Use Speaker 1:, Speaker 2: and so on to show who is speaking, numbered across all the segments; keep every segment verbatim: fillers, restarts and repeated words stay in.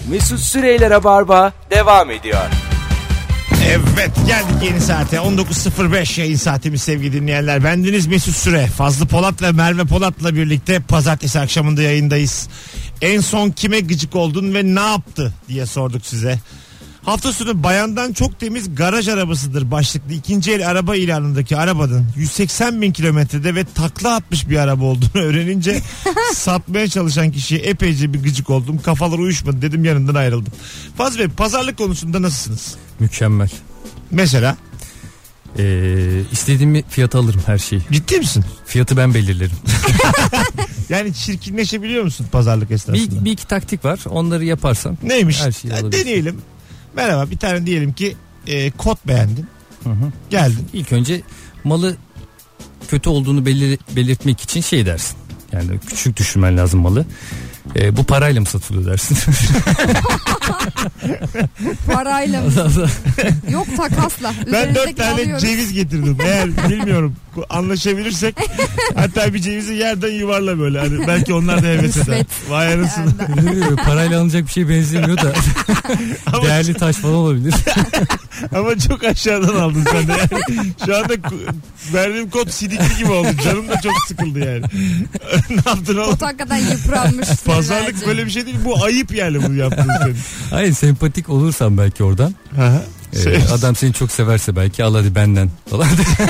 Speaker 1: Mesut Süreyler'e barba devam ediyor.
Speaker 2: Evet, geldik yeni saate. on dokuz sıfır beş yayın saatimiz sevgili dinleyenler. Bendeniz Mesut Süre, Fazlı Polat ve Merve Polat'la birlikte pazartesi akşamında yayındayız. En son kime gıcık oldun ve ne yaptı diye sorduk size. Hafta sonu bayandan çok temiz garaj arabasıdır başlıklı ikinci el araba ilanındaki arabanın yüz seksen bin kilometrede ve takla atmış bir araba olduğunu öğrenince satmaya çalışan kişiye epeyce bir gıcık oldum. Kafalar uyuşmadı dedim, yanından ayrıldım. Fazlı Bey, pazarlık konusunda nasılsınız?
Speaker 3: Mükemmel.
Speaker 2: Mesela?
Speaker 3: Ee, istediğim fiyatı alırım, her şeyi.
Speaker 2: Ciddi misin?
Speaker 3: Fiyatı ben belirlerim.
Speaker 2: Yani çirkinleşebiliyor musun pazarlık esnasında?
Speaker 3: Bir, bir iki taktik var, onları yaparsam.
Speaker 2: Neymiş?
Speaker 3: Her şeyi alabilirsin.
Speaker 2: Deneyelim. Merhaba, bir tane diyelim ki e, kot beğendin.
Speaker 3: Hı hı.
Speaker 2: Geldin.
Speaker 3: İlk önce malı kötü olduğunu belir, belirtmek için şey dersin. Yani küçük düşürmen lazım malı. E, bu parayla mı satılıyor dersin?
Speaker 4: Parayla mı? Yok, takasla.
Speaker 2: Ben dört tane alıyoruz. Ceviz getirdim. Eğer bilmiyorum anlaşabilirsek hatta bir cevizi yerden yuvarla böyle. Hani belki onlar da heves eder. Vay anasını.
Speaker 3: Parayla alınacak bir şey benzemiyor da. Ama değerli taş falan olabilir.
Speaker 2: Ama çok aşağıdan aldın sen de. Yani şu anda verdiğim kod sidikli gibi oldu. Canım da çok sıkıldı yani. Ne yaptın oğlum?
Speaker 4: Kod hakikaten yıpranmış.
Speaker 2: Pazarlık böyle bir şey değil. Bu ayıp yani, bu yaptığın senin.
Speaker 3: Hayır, sempatik olursan belki oradan.
Speaker 2: Aha.
Speaker 3: Ee, adam seni çok severse belki al hadi benden falan.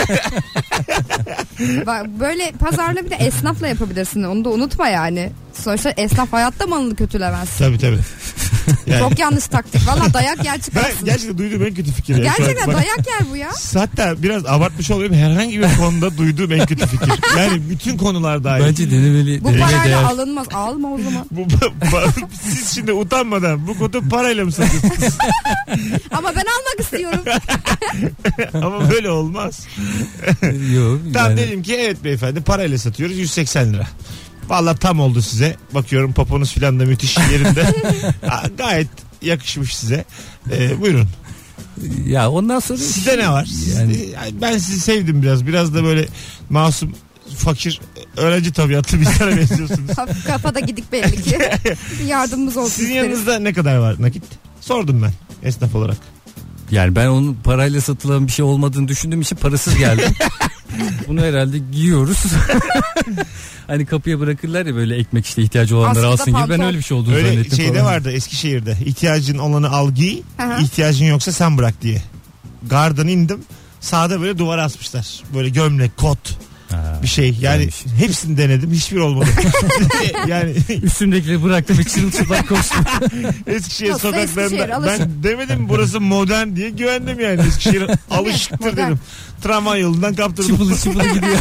Speaker 4: Bak, böyle pazarla bir de esnafla yapabilirsin. Onu da unutma yani. Sonuçta esnaf hayatta malını kötülemez.
Speaker 2: Tabii tabii.
Speaker 4: Yani. Çok yanlış taktik. Valla dayak yer çıkarsın.
Speaker 2: Ben gerçekten duyduğum en kötü fikir.
Speaker 4: Gerçekten bak, dayak yer bu ya.
Speaker 2: Hatta biraz abartmış oluyorum. Herhangi bir konuda duyduğum en kötü fikir. Yani bütün konularda aynı.
Speaker 3: Bence denemeli.
Speaker 4: Bu parayla değer. Alınmaz. Alma o zaman. Bu,
Speaker 2: siz şimdi utanmadan bu kodu parayla mı satıyorsunuz?
Speaker 4: Ama ben almak istiyorum.
Speaker 2: Ama böyle olmaz.
Speaker 3: Yok.
Speaker 2: Tamam,
Speaker 3: yani...
Speaker 2: dedim ki evet beyefendi, parayla satıyoruz yüz seksen lira. Vallahi tam oldu size. Bakıyorum poponuz filan da müthiş yerinde. Gayet yakışmış size. Ee, buyurun.
Speaker 3: Ya ondan sonra
Speaker 2: sizde ne var? Yani... Ben sizi sevdim biraz. Biraz da böyle masum, fakir, öğrenci tabiatlı bir tane benziyorsunuz.
Speaker 4: Kafada gidik belli ki. Yardımımız olsun.
Speaker 2: Sizin
Speaker 4: isteriz.
Speaker 2: yanınızda ne kadar var nakit? Sordum ben esnaf olarak.
Speaker 3: Yani ben onun parayla satılan bir şey olmadığını düşündüğüm için parasız geldim. Bunu herhalde giyiyoruz. Hani kapıya bırakırlar ya böyle ekmek, işte ihtiyacı olanlar
Speaker 4: aslında
Speaker 3: alsın
Speaker 4: pantol.
Speaker 3: gibi, ben öyle bir şey olduğunu
Speaker 2: öyle
Speaker 3: zannettim.
Speaker 2: Öyle şeyde
Speaker 3: falan.
Speaker 2: vardı Eskişehir'de, ihtiyacın olanı al giy,
Speaker 4: Aha.
Speaker 2: ihtiyacın yoksa sen bırak diye. Gardan indim, sağda böyle duvara asmışlar. Böyle gömlek, kot. Ha, bir şey yani gelmiş. Hepsini denedim, hiçbir olmadı. Yani
Speaker 3: üstümdekileri bıraktım ve çırılçıplak koştum.
Speaker 2: Eskişehir sokaklarında ben demedim burası modern diye, güvendim yani. Eskişehir alışıktır dedim. Tramvay yolundan kaptırdım.
Speaker 3: Çıpılı çıpılı gidiyor.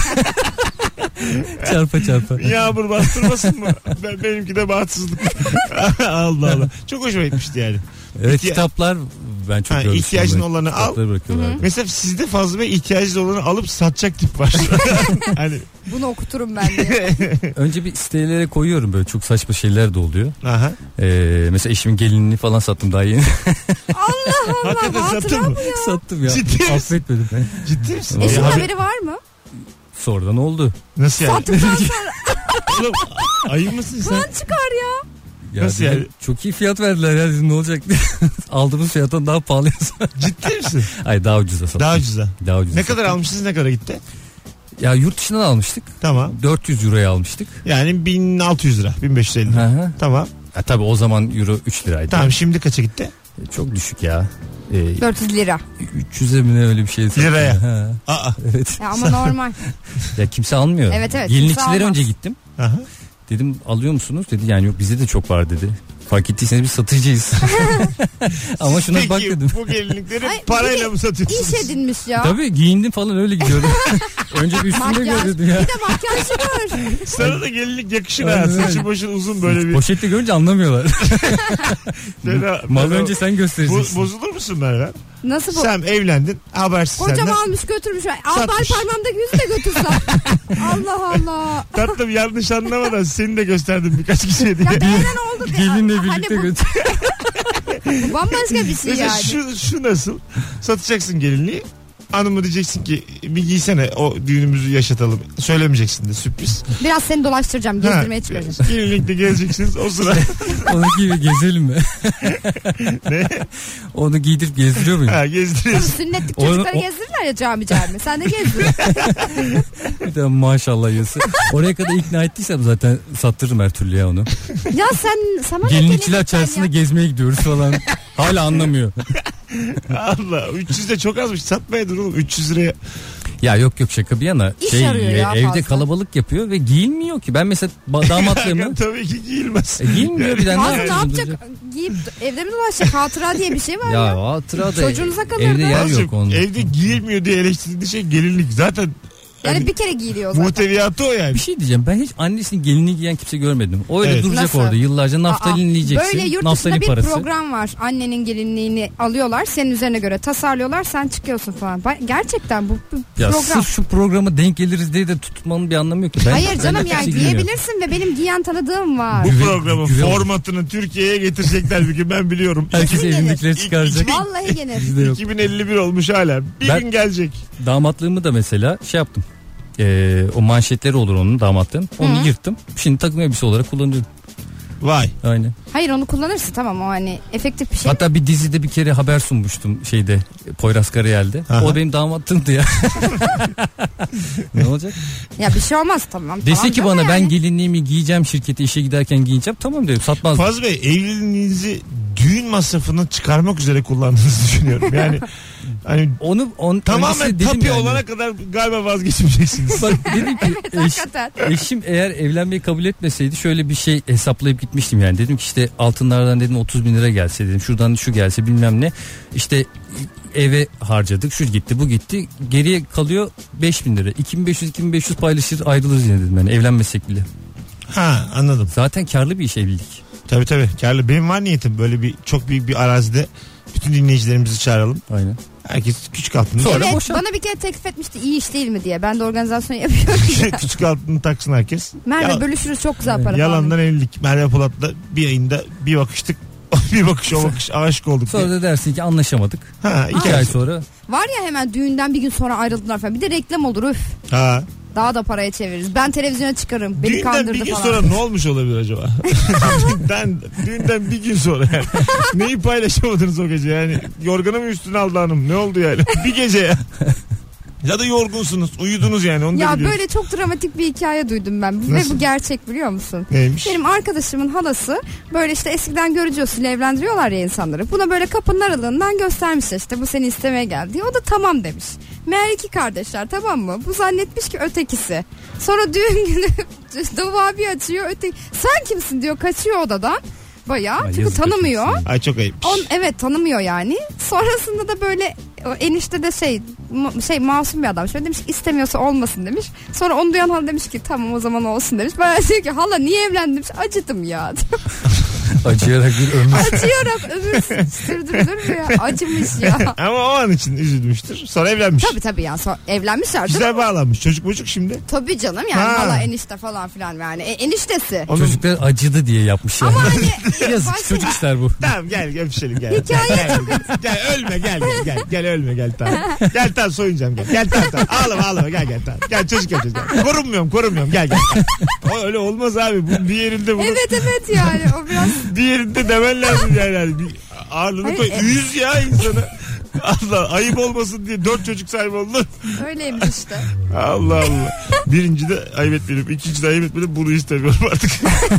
Speaker 3: Çarpa çarpa.
Speaker 2: Yağmur bastırmasın mı? Ben, benimki de bahtsızlık. Allah Allah. Çok hoşuma gitmişti yani.
Speaker 3: Evet,
Speaker 2: İhtiya-
Speaker 3: kitaplar ben çok
Speaker 2: ha,
Speaker 3: görmüştüm.
Speaker 2: İhtiyacın olanı al. Mesela sizde fazla bir ihtiyacın olanı alıp satacak tip var. Hani
Speaker 4: bunu okuturum ben diye.
Speaker 3: Önce bir sitelere koyuyorum, böyle çok saçma şeyler de oluyor.
Speaker 2: Aha.
Speaker 3: Ee, mesela eşimin gelinini falan sattım daha yeni.
Speaker 4: Allah Allah.
Speaker 2: Hakikaten sattın mı?
Speaker 4: Ya.
Speaker 3: Sattım ya.
Speaker 2: Ciddi misin?
Speaker 3: Affetmedim ben.
Speaker 2: Ciddi misin?
Speaker 4: Eşin
Speaker 2: Abi,
Speaker 4: haberi var mı?
Speaker 3: Sonradan oldu.
Speaker 2: Nasıl yani?
Speaker 4: Sattıktan sonra.
Speaker 2: Oğlum ayı mısın sen?
Speaker 4: Kan çıkar ya.
Speaker 3: Ya
Speaker 2: nasıl
Speaker 3: dedim,
Speaker 2: yani?
Speaker 3: çok iyi fiyat verdiler ya, dedim, ne olacak? Aldığımız fiyattan daha pahalıya.
Speaker 2: Ciddi misin?
Speaker 3: Hayır, daha ucuza sattım.
Speaker 2: Daha ucuza.
Speaker 3: Daha ucuza
Speaker 2: Ne kadar
Speaker 3: sattım.
Speaker 2: almışsınız, ne kadar gitti?
Speaker 3: Ya yurt dışından almıştık.
Speaker 2: Tamam.
Speaker 3: dört yüz euroya almıştık.
Speaker 2: Yani bin altı yüz lira, bin beş yüz elli.
Speaker 3: Hı hı.
Speaker 2: Tamam.
Speaker 3: Ya tabii o zaman euro üç liraydı.
Speaker 2: Tamam, şimdi kaça gitti?
Speaker 3: Çok düşük ya. Ee,
Speaker 4: dört yüz lira.
Speaker 3: üç yüze mi ne, öyle bir şey.
Speaker 2: Liraya.
Speaker 3: Ha.
Speaker 2: Aa.
Speaker 3: Evet.
Speaker 4: Ya ama normal.
Speaker 3: Ya kimse almıyor.
Speaker 4: Evet evet.
Speaker 3: Yenilikçilere önce gittim.
Speaker 2: Aha.
Speaker 3: Dedim alıyor musunuz? Dedi yani yok, bizde de çok var dedi. Fark ettiyseniz biz satıcıyız. Ama şuna
Speaker 2: peki,
Speaker 3: bak dedim.
Speaker 2: Bu gelinlikleri
Speaker 4: Ay,
Speaker 2: parayla mı satıyorsunuz?
Speaker 4: İş edinmiş ya.
Speaker 3: Tabii giyindim falan, öyle gidiyorum. Önce bir üstünde
Speaker 4: Makyaj.
Speaker 3: gördüm ya.
Speaker 4: Bir de makyajı var.
Speaker 2: Sana da gelinlik yakışır ha. Saçı başın uzun böyle bir.
Speaker 3: Poşette görünce anlamıyorlar.
Speaker 2: Fena,
Speaker 3: Mal
Speaker 2: fena.
Speaker 3: önce sen göstereceksin.
Speaker 2: Bo- bozulur musun Merve?
Speaker 4: Nasıl bu?
Speaker 2: Sen evlendin, habersiz
Speaker 4: Kocam
Speaker 2: senden.
Speaker 4: almış götürmüş. Al bal
Speaker 2: Satmış.
Speaker 4: parmağımdaki yüzü de götürsem. Allah Allah.
Speaker 2: Tatlım, yanlış anlamadan seni de gösterdim birkaç kişiye diye.
Speaker 4: Ya neden oldu?
Speaker 3: Gelinle
Speaker 4: Hani
Speaker 3: birlikte
Speaker 4: bu-
Speaker 3: götür.
Speaker 4: Bu bambaşka bir şey
Speaker 2: Mesela
Speaker 4: yani.
Speaker 2: şu, şu nasıl? Satacaksın gelinliği. hanımı diyeceksin ki bir giysene o düğünümüzü yaşatalım. Söylemeyeceksin de sürpriz.
Speaker 4: Biraz seni dolaştıracağım, gezdirmeye çıkaracağım.
Speaker 2: Gelinlikle gezeceksiniz o sıra.
Speaker 3: Onu giyip gezelim mi?
Speaker 2: Ne?
Speaker 3: Onu giydirip gezdiriyor muyum?
Speaker 2: Ha, gezdiriyorsun.
Speaker 4: Sünnetlik
Speaker 3: Onu-
Speaker 4: çocukları
Speaker 3: o-
Speaker 4: gezdirirler ya cami cami. Sen de gezdir.
Speaker 3: Bir de maşallah yazı. Oraya kadar ikna ettiysem zaten sattırırım her türlü ya onu.
Speaker 4: Ya sen sana ne
Speaker 3: Gelinlikçiler
Speaker 4: gelinlikten
Speaker 3: çarşısında
Speaker 4: ya?
Speaker 3: gezmeye gidiyoruz falan. Hala anlamıyor.
Speaker 2: Allah üç yüz de çok azmış. Satmaya dur oğlum üç yüz liraya.
Speaker 3: Ya yok yok şaka bir yana.
Speaker 4: İş
Speaker 3: Şey,
Speaker 4: arıyor ya
Speaker 3: evde
Speaker 4: fazla.
Speaker 3: kalabalık yapıyor ve giyinmiyor ki. Ben mesela ba- damatlığımı
Speaker 2: Tabii ki giyilmez.
Speaker 3: e, giyinmiyor bir tane.
Speaker 4: Fazla ne yapacak? Giyip evde mi dolaşacak? Hatıra diye bir şey var ya.
Speaker 3: Ya hatıra da
Speaker 4: Çocuğunuza kalır
Speaker 3: evde
Speaker 4: da.
Speaker 3: yer
Speaker 2: Azıcık
Speaker 3: yok onun.
Speaker 2: evde giyilmiyor diye eleştirdiği şey gelinlik. Zaten
Speaker 4: Yani
Speaker 2: hani
Speaker 4: bir kere giyiliyor zaten.
Speaker 2: muhteviyatı o yani.
Speaker 3: Bir şey diyeceğim, ben hiç annesinin gelinliği giyen kimse görmedim. O öyle
Speaker 2: Evet.
Speaker 3: duracak
Speaker 4: Nasıl?
Speaker 3: orada yıllarca
Speaker 4: Aa,
Speaker 3: naftalinleyeceksin.
Speaker 4: Böyle yurt dışında
Speaker 3: Naftalin
Speaker 4: bir
Speaker 3: parası.
Speaker 4: program var. Annenin gelinliğini alıyorlar. Senin üzerine göre tasarlıyorlar. Sen çıkıyorsun falan. Ba- Gerçekten bu, bu
Speaker 3: Ya
Speaker 4: program.
Speaker 3: sırf şu programa denk geliriz diye de tutmanın bir anlamı yok ki. Ben,
Speaker 4: Hayır
Speaker 3: ben
Speaker 4: canım
Speaker 3: de
Speaker 4: yani
Speaker 3: kimse giymiyor.
Speaker 4: giyebilirsin ve benim giyen tanıdığım var.
Speaker 2: Bu
Speaker 3: Güve-
Speaker 2: programın
Speaker 3: güve-
Speaker 2: formatını Türkiye'ye getirecekler bir gün ben biliyorum.
Speaker 3: Herkes
Speaker 4: Kesin
Speaker 3: elindekileri
Speaker 2: gelir.
Speaker 3: çıkaracak.
Speaker 4: Vallahi gelir.
Speaker 3: Bizde yok.
Speaker 2: iki bin elli bir olmuş hala. Bir
Speaker 3: Ben-
Speaker 2: gün gelecek.
Speaker 3: Damatlığımı da mesela şey yaptım. Ee, o manşetleri olur onun damatlığın. Onu
Speaker 4: Hı.
Speaker 3: yırttım. Şimdi takım elbise olarak kullanıyorum.
Speaker 2: Vay.
Speaker 3: Aynen.
Speaker 4: Hayır onu kullanırsın tamam o hani efektif bir şey.
Speaker 3: Hatta bir dizide bir kere haber sunmuştum şeyde Poyraz Karayel'de.
Speaker 2: Aha.
Speaker 3: O benim damatlığımdı ya. Ne olacak?
Speaker 4: Ya bir şey olmaz tamam.
Speaker 3: Dese
Speaker 4: tamam
Speaker 3: ki
Speaker 4: canım
Speaker 3: bana ben
Speaker 4: yani.
Speaker 3: gelinliğimi giyeceğim şirkete işe giderken giyeceğim. Tamam dedim, satmaz.
Speaker 2: Faz Bey evliliğinizi düğün masrafını çıkarmak üzere kullandığınızı düşünüyorum. Yani hani
Speaker 3: Onu on,
Speaker 2: tamamen
Speaker 3: öncesi dedim
Speaker 2: tapi
Speaker 3: yani.
Speaker 2: olana kadar galiba vazgeçmeyeceksiniz.
Speaker 3: Bak dedim ki eş,
Speaker 4: Hakikaten.
Speaker 3: eşim eğer evlenmeyi kabul etmeseydi şöyle bir şey hesaplayıp gitmiştim yani. Dedim ki işte altınlardan dedim otuz bin lira gelse dedim. Şuradan şu gelse bilmem ne. İşte eve harcadık, şu gitti bu gitti. Geriye kalıyor beş bin lira. iki bin beş yüz iki bin beş yüz paylaşır ayrılırız yine dedim yani, evlenmesek bile.
Speaker 2: Ha anladım.
Speaker 3: Zaten karlı bir iş evlilik.
Speaker 2: Tabii tabii. Karlı. Benim var niyetim böyle bir çok büyük bir arazide bütün dinleyicilerimizi çağıralım.
Speaker 3: Aynen.
Speaker 2: Herkes küçük altını.
Speaker 3: Sonra
Speaker 4: Evet
Speaker 3: boşan.
Speaker 4: bana bir kere teklif etmişti iyi iş değil mi diye. Ben de organizasyon yapıyorum ya.
Speaker 2: küçük altını taksın herkes.
Speaker 4: Merve
Speaker 2: Ya-
Speaker 4: bölüşürüz çok güzel para.
Speaker 2: Yalandan
Speaker 4: falan.
Speaker 2: evlilik. Merve Polat'la bir ayında bir bakıştık. bir bakış o bakış aşık olduk.
Speaker 3: Sonra
Speaker 2: diye.
Speaker 3: da dersin ki anlaşamadık.
Speaker 2: Ha iki
Speaker 3: İki
Speaker 2: ay
Speaker 3: ay
Speaker 2: sonra.
Speaker 3: sonra
Speaker 4: Var ya hemen düğünden bir gün sonra ayrıldılar falan. Bir de reklam olur üf.
Speaker 2: Ha.
Speaker 4: Daha da paraya çeviririz. Ben televizyona çıkarım. Beni
Speaker 2: Düğünden
Speaker 4: kandırdı
Speaker 2: bir gün
Speaker 4: falan.
Speaker 2: sonra ne olmuş olabilir acaba? düğünden, düğünden bir gün sonra yani. Neyi paylaşamadınız o gece yani? Yorganı mı üstüne aldı hanım? Ne oldu yani? Bir gece ya. Ya da yorgunsunuz, uyudunuz yani onu da
Speaker 4: Ya
Speaker 2: biliyoruz.
Speaker 4: böyle çok dramatik bir hikaye duydum ben.
Speaker 2: Nasıl?
Speaker 4: Ve bu gerçek biliyor musun?
Speaker 2: Neymiş?
Speaker 4: Benim arkadaşımın halası böyle işte eskiden görücü usulü evlendiriyorlar ya insanları. Buna böyle kapının aralığından göstermişler işte bu seni istemeye geldi diye. O da tamam demiş. Meğer iki kardeşler tamam mı? Bu zannetmiş ki ötekisi. Sonra düğün günü dua bir açıyor öteki. Sen kimsin diyor kaçıyor odadan. Bayağı
Speaker 3: Ay,
Speaker 4: çünkü
Speaker 3: yazık
Speaker 4: tanımıyor.
Speaker 3: ötekisi.
Speaker 2: Ay çok ayıpmış.
Speaker 4: On, evet tanımıyor yani. Sonrasında da böyle o enişte de şey ma- şey masum bir adam. Şöyle demiş ki istemiyorsa olmasın demiş. Sonra onu duyan hala demiş ki tamam o zaman olsun demiş. Ben diyor ki hala niye evlendin demiş. Acıdım ya.
Speaker 3: acıyarak bir ömür.
Speaker 4: Acıyarak ömür sürdürülür mü ya? Acımış ya.
Speaker 2: Ama o an için üzülmüştür. Sonra evlenmiş.
Speaker 4: Tabii tabii ya. Sonra evlenmişler değil mi?
Speaker 2: Güzel bağlanmış. Çocuk buçuk şimdi.
Speaker 4: Tabii canım yani
Speaker 2: Ha.
Speaker 4: hala enişte falan filan yani. E, eniştesi.
Speaker 2: Onun...
Speaker 3: Çocuklar acıdı diye yapmış yani.
Speaker 4: Ama hani
Speaker 3: Yazık
Speaker 4: başka-
Speaker 3: çocuk ister bu.
Speaker 2: Tamam gel gel öpüşelim gel.
Speaker 4: Hikaye
Speaker 2: gel, gel, gel ölme gel gel gel gel ölme gel tamam. Gel tamam soyunacağım gel. Gel tamam tamam ağlama ağlama gel gel tamam. Gel çocuk yapacağız gel. Korunmuyorum korunmuyorum gel gel. O öyle olmaz abi. Bu bir yerinde bunu
Speaker 4: Evet evet yani o biraz
Speaker 2: bir yerinde demen lazım yani. yani. Bir ağırlığını
Speaker 4: Hayır,
Speaker 2: koy.
Speaker 4: e-
Speaker 2: Yüz ya insanı. Allah ayıp olmasın diye dört çocuk sahibi oldu.
Speaker 4: öyleymiş işte.
Speaker 2: Allah Allah. Birinci de ayıp etmedim. İkinci de ayıp etmedim. Bunu istemiyorum artık.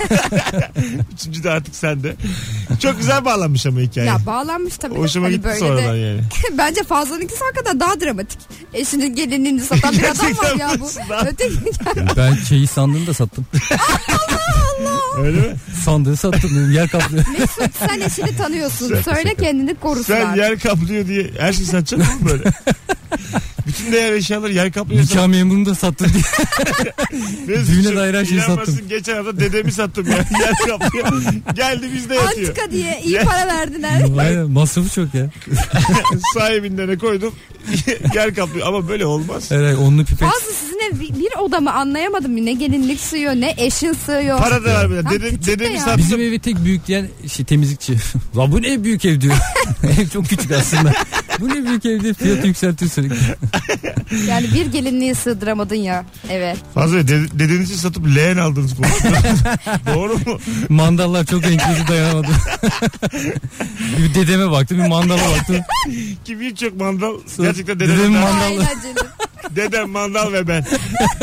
Speaker 2: Üçüncü de artık sende. Çok güzel bağlanmış ama hikaye.
Speaker 4: Ya bağlanmış tabii.
Speaker 2: Hoşuma
Speaker 4: Hani
Speaker 2: gitti
Speaker 4: böyle
Speaker 2: sonradan
Speaker 4: de-
Speaker 2: yani.
Speaker 4: Bence Fazla'nınki hakikaten daha dramatik. Eşinin gelinliğini satan bir adam var ya bu.
Speaker 2: Gerçekten
Speaker 4: Öteki
Speaker 3: Ben şeyi sandığını da sattım.
Speaker 2: Öyle mi?
Speaker 3: Sandığı sattım dedim, yer kaplıyor.
Speaker 4: Mesut sen eşini tanıyorsun.
Speaker 2: Şaka,
Speaker 4: Söyle
Speaker 3: şaka.
Speaker 4: kendini korusun
Speaker 2: Sen
Speaker 4: abi.
Speaker 2: yer kaplıyor diye her şey satacak mı böyle? Bütün değer eşyaları yer kaplıyorsa.
Speaker 3: Nikah memurunu da sattım diye.
Speaker 2: Mesut'cum,
Speaker 3: düğüne dair her şeyi
Speaker 2: inanmazsın,
Speaker 3: sattım.
Speaker 2: Geçen hafta dedemi sattım ya. Yer kaplıyor. Geldi bizde yatıyor.
Speaker 4: Antika diye iyi
Speaker 2: Ya.
Speaker 4: para verdiler.
Speaker 3: Aynen, masrafı çok ya.
Speaker 2: Sahibinden ne koydum. Yer kaplıyor ama böyle olmaz.
Speaker 3: Evet, onlu pipet.
Speaker 4: Fazla sizin ev bir, bir oda mı anlayamadım. Ne gelinlik sığıyor ne eşin sığıyor.
Speaker 2: Para da var bir de.
Speaker 4: Tam
Speaker 2: Dede,
Speaker 4: küçük de
Speaker 2: dedemi
Speaker 4: ya.
Speaker 2: sattım.
Speaker 3: Bizim evi tek büyük diyen şey temizlikçi. La bu ne büyük ev diyor. Ev çok küçük aslında. Bu ne büyük evde fiyatı yükseltiyor sürekli.
Speaker 4: Yani bir gelinliği sığdıramadın ya eve.
Speaker 2: Fazla dede, dedenizi satıp leğen aldınız. Doğru mu?
Speaker 3: Mandallar çok renkliydi, dayanamadım. Bir dedeme baktım, bir mandala baktım.
Speaker 2: Ki birçok mandal gerçekten dedemin
Speaker 3: Dedemin
Speaker 2: mandal.
Speaker 3: mandal.
Speaker 2: Dedem mandal ve ben.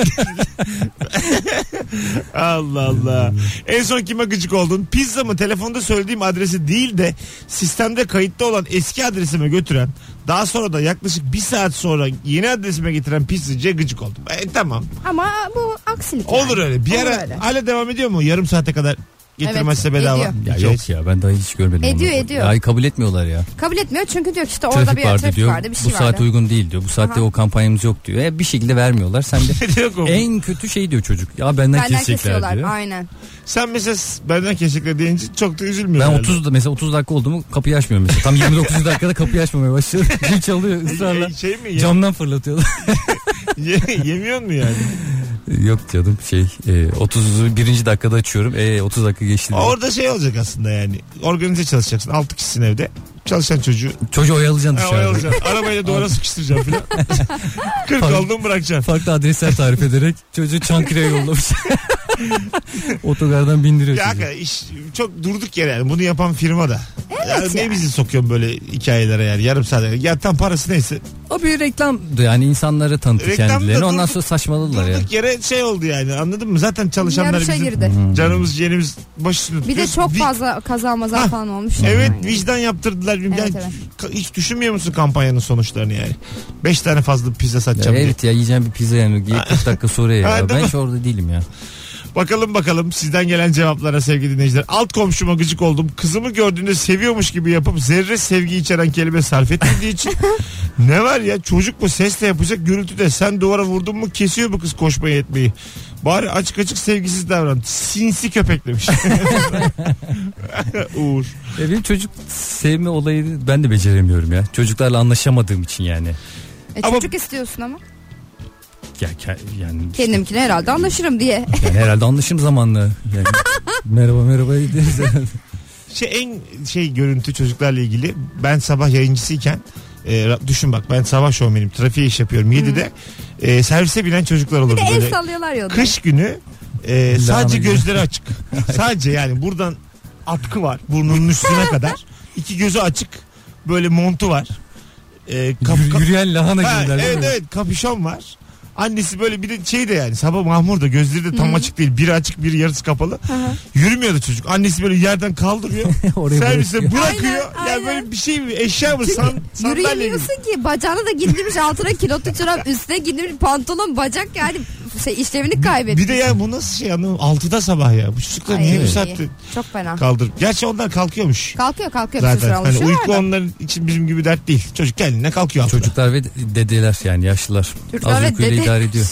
Speaker 2: Allah Allah. En son kime gıcık oldun? Pizza mı telefonda söylediğim adresi değil de sistemde kayıtlı olan eski adresime götüren, daha sonra da yaklaşık bir saat sonra yeni adresime getiren pizzacıya gıcık oldum. E, tamam.
Speaker 4: Ama bu aksilik.
Speaker 2: Olur
Speaker 4: yani.
Speaker 2: öyle. Bir
Speaker 4: Olur
Speaker 2: ara
Speaker 4: öyle.
Speaker 2: hala devam ediyor mu? Yarım saate kadar getirmezse
Speaker 4: Evet,
Speaker 2: bedava.
Speaker 4: ediyor.
Speaker 3: Ya
Speaker 2: Şey-
Speaker 3: yok ya, ben daha hiç görmedim.
Speaker 4: Ediyor,
Speaker 3: onu.
Speaker 4: ediyor.
Speaker 3: Ya kabul etmiyorlar ya.
Speaker 4: Kabul etmiyor çünkü diyor ki işte orada
Speaker 3: Trafik
Speaker 4: bir
Speaker 3: vardı
Speaker 4: trafik
Speaker 3: diyor.
Speaker 4: vardı, bir şey
Speaker 3: Bu saat
Speaker 4: vardı.
Speaker 3: uygun değil diyor. Bu saatte
Speaker 4: Aha.
Speaker 3: o kampanyamız yok diyor. E, bir şekilde vermiyorlar. Sen de
Speaker 2: Ne diyor ki?
Speaker 3: en kötü şey diyor çocuk. Ya benden,
Speaker 4: Benden
Speaker 3: kesecekler
Speaker 4: kesiyorlar
Speaker 3: diyor.
Speaker 4: aynen.
Speaker 2: Sen mesela benden kesinlikle deyince çok da üzülmüyor.
Speaker 3: Ben
Speaker 2: herhalde.
Speaker 3: otuz mesela otuz dakika oldu mu kapıyı açmıyorum mesela. Tam yirmi dokuz dakikada kapıyı açmamaya başladım. Zil çalıyor ısrarla.
Speaker 2: Şey mi? Ye-
Speaker 3: Camdan fırlatıyorlar.
Speaker 2: ye- yemiyor mu yani?
Speaker 3: Yok canım şey e, otuz birinci dakikada açıyorum. E, otuz dakika geçti diyor.
Speaker 2: Orada şey olacak aslında yani. Organize çalışacaksın. Altı kişisin evde. Çalışan çocuğu.
Speaker 3: Çocuğu oyalayacaksın
Speaker 2: Ha,
Speaker 3: dışarıda.
Speaker 2: oyalayacaksın. Arabayla duvara sıkıştıracaksın filan. kırk
Speaker 3: Fark-
Speaker 2: oldun bırakacaksın.
Speaker 3: Farklı adresler tarif ederek çocuğu Çankırı'ya yollamış. Otogardan bindiriyor
Speaker 2: Ya
Speaker 3: çocuğu.
Speaker 2: hakikaten iş çok durduk yere yani. Bunu yapan firma da. Evet ya. Ne bizi sokuyorsun böyle hikayelere yani. Yarım saat. Ya tam parası neyse.
Speaker 3: O bir reklamdı yani, insanları tanıttı
Speaker 2: Reklamda
Speaker 3: kendilerini. Ondan
Speaker 2: durduk-
Speaker 3: sonra saçmaladılar ya.
Speaker 2: Durduk yere şey oldu yani. Anladın mı? Zaten çalışanlar
Speaker 4: Yarışa
Speaker 2: bizim
Speaker 4: girdi.
Speaker 2: canımız yenimiz başını
Speaker 4: Bir de
Speaker 2: tutuyor.
Speaker 4: çok
Speaker 2: Vi-
Speaker 4: fazla kaza maza
Speaker 2: Ha,
Speaker 4: falan olmuş.
Speaker 2: Evet
Speaker 4: Yani.
Speaker 2: vicdan yaptırdılar.
Speaker 4: Evet,
Speaker 2: Yani
Speaker 4: evet.
Speaker 2: ka- hiç düşünmüyor musun kampanyanın sonuçlarını yani? Beş tane fazla pizza
Speaker 3: Ya
Speaker 2: satacağım diye.
Speaker 3: evet ya, yiyeceğim bir pizza yani. kırk dakika sonra ya.
Speaker 2: Ha, değil
Speaker 3: Ben
Speaker 2: mi?
Speaker 3: hiç orada değilim ya.
Speaker 2: Bakalım bakalım sizden gelen cevaplara sevgili dinleyiciler. Alt komşuma gıcık oldum. Kızımı gördüğünde seviyormuş gibi yapıp zerre sevgi içeren kelime sarf etmediği için. Ne var ya, çocuk mu sesle yapacak, gürültüde sen duvara vurdun mu kesiyor bu kız koşmayı etmeyi. Bari açık açık sevgisiz davran. Sinsi köpek demiş. Uğur.
Speaker 3: E benim çocuk sevme olayını ben de beceremiyorum ya. Çocuklarla anlaşamadığım için yani.
Speaker 4: E,
Speaker 2: Ama-
Speaker 4: çocuk istiyorsun ama.
Speaker 3: Ya ke- yani işte-
Speaker 4: Kendimkine herhalde anlaşırım diye.
Speaker 3: yani herhalde anlaşım zamanla. Yani, merhaba merhaba deriz herhalde.
Speaker 2: Şey, en şey görüntü çocuklarla ilgili. Ben sabah yayıncısıyken e, düşün bak, ben sabah şovmenim, trafiğe iş yapıyorum. yedide e, servise binen çocuklar
Speaker 4: Bir
Speaker 2: olurdu.
Speaker 4: de el
Speaker 2: Böyle
Speaker 4: sallıyorlar ya.
Speaker 2: kış günü e, sadece
Speaker 3: gibi.
Speaker 2: gözleri açık. Sadece yani buradan atkı var burnunun üstüne kadar. İki gözü açık. Böyle montu var. E, kap-
Speaker 3: Yürü- Yürüyen lahana
Speaker 2: Ha,
Speaker 3: gibiler değil
Speaker 2: evet
Speaker 3: mi?
Speaker 2: evet, kapüşon var. Annesi böyle bir de şey de yani sabah mahmur da gözleri de tam açık değil. Biri açık biri yarısı kapalı. Yürümüyordu çocuk. Annesi böyle yerden kaldırıyor.
Speaker 3: Oraya
Speaker 2: servise
Speaker 3: bırakıyor.
Speaker 2: bırakıyor.
Speaker 4: Aynen,
Speaker 2: Yani
Speaker 4: aynen.
Speaker 2: böyle bir şey mi, eşya mı, san, sandalye mi?
Speaker 4: Yürüyemiyorsun ki. Bacağına da giydirmiş, altına kilotlu çorap, üstüne giydirmiş pantolon, bacak yani şey, işlevini kaybetmiş.
Speaker 2: Bir de ya bu nasıl şey, anlamadım. altıda sabah ya. Bu çocuklar
Speaker 4: Ay,
Speaker 2: niye bu
Speaker 4: iyi.
Speaker 2: saatte
Speaker 4: Çok fena.
Speaker 2: kaldır? Gerçi onlar kalkıyormuş.
Speaker 4: Kalkıyor kalkıyor. Bir
Speaker 2: Zaten
Speaker 4: süre
Speaker 2: hani
Speaker 4: alışıyorlar
Speaker 2: uyku
Speaker 4: da.
Speaker 2: onların için bizim gibi dert değil. Çocuk kendine kalkıyor altıda.
Speaker 3: Çocuklar ve dedeler yani yaşlılar.
Speaker 4: Çocuklar
Speaker 3: Az
Speaker 4: ve
Speaker 3: uykuyla
Speaker 4: dede.
Speaker 3: idare ediyor.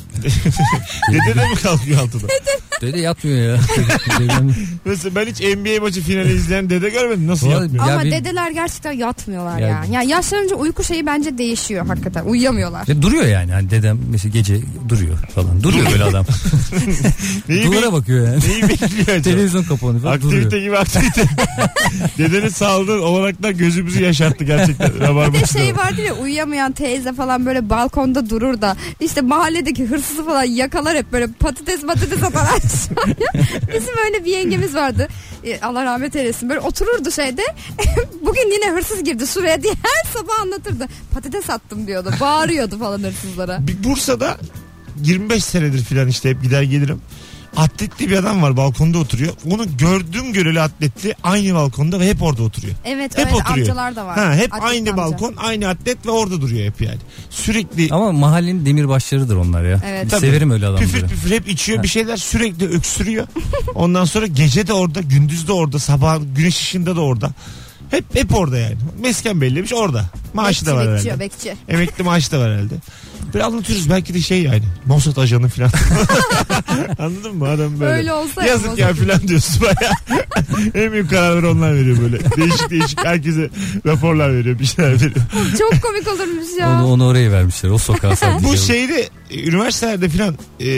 Speaker 2: Dede de mi kalkıyor altıda?
Speaker 3: Dede yatmıyor ya.
Speaker 2: Mesela ben hiç N B A maçı finali izleyen dede görmedim. Nasıl
Speaker 3: Vallahi-
Speaker 2: yapmıyor?
Speaker 3: Ya
Speaker 4: Ama
Speaker 3: bir-
Speaker 4: dedeler gerçekten yatmıyorlar
Speaker 3: Ya-
Speaker 4: ya. Yani yaşlanınca uyku şeyi bence değişiyor hakikaten. Uyuyamıyorlar.
Speaker 3: Ya duruyor yani. Hani dedem mesela gece duruyor falan. Duruyor böyle adam.
Speaker 2: Neyi,
Speaker 3: Duvara
Speaker 2: be-
Speaker 3: bakıyor yani.
Speaker 2: neyi bekliyor acaba?
Speaker 3: Televizyon kapanıyor falan,
Speaker 2: Aktivite
Speaker 3: duruyor.
Speaker 2: gibi aktivite. Dedenin sağlığı olaraktan gözümüzü yaşarttı gerçekten.
Speaker 4: Bir de
Speaker 2: Rabarbacıda.
Speaker 4: şey vardır ya, uyuyamayan teyze falan böyle balkonda durur da işte mahalledeki hırsızı falan yakalar, hep böyle patates patates atar aşağıya. Bizim öyle bir yengemiz vardı. E, Allah rahmet eylesin. Böyle otururdu şeyde. Bugün yine hırsız girdi şuraya diye her sabah anlatırdı. Patates attım diyordu. Bağırıyordu falan hırsızlara.
Speaker 2: Bir Bursa'da yirmi beş senedir filan işte hep gider gelirim. Atletli bir adam var, balkonda oturuyor. Onu gördüğüm göreli atletli, aynı balkonda ve hep orada oturuyor.
Speaker 4: Evet
Speaker 2: Hep
Speaker 4: öyle
Speaker 2: oturuyor.
Speaker 4: amcalar da var.
Speaker 2: Ha, hep
Speaker 4: Atletli
Speaker 2: aynı
Speaker 4: amca.
Speaker 2: balkon, aynı atlet ve orada duruyor hep yani. Sürekli
Speaker 3: Ama mahallenin demirbaşlarıdır onlar ya.
Speaker 4: Evet.
Speaker 2: Tabii.
Speaker 3: Severim öyle adamları.
Speaker 2: püfür püfür hep içiyor bir şeyler, sürekli öksürüyor. Ondan sonra gece de orada, gündüz de orada, sabah güneş ışığında da orada. Hep hep orada yani. Mesken bellemiş orada. Maaşı
Speaker 4: Bekçi,
Speaker 2: da var
Speaker 4: bekçi,
Speaker 2: herhalde.
Speaker 4: bekçi.
Speaker 2: Emekli maaşı da var herhalde. Böyle anlatıyoruz, belki de şey yani Mossad ajanı falan. Anladın mı adam böyle?
Speaker 4: Öyle olsa ya,
Speaker 2: yazık ya
Speaker 4: Mossad.
Speaker 2: falan diyorsun baya. En büyük kararları onlar veriyor böyle. Değişik değişik herkese raporlar veriyor, bir şeyler veriyor.
Speaker 4: Çok komik olurmuş ya.
Speaker 3: Onu, onu oraya vermişler. O sokağa sadece.
Speaker 2: Bu şeyde e, üniversitelerde falan e,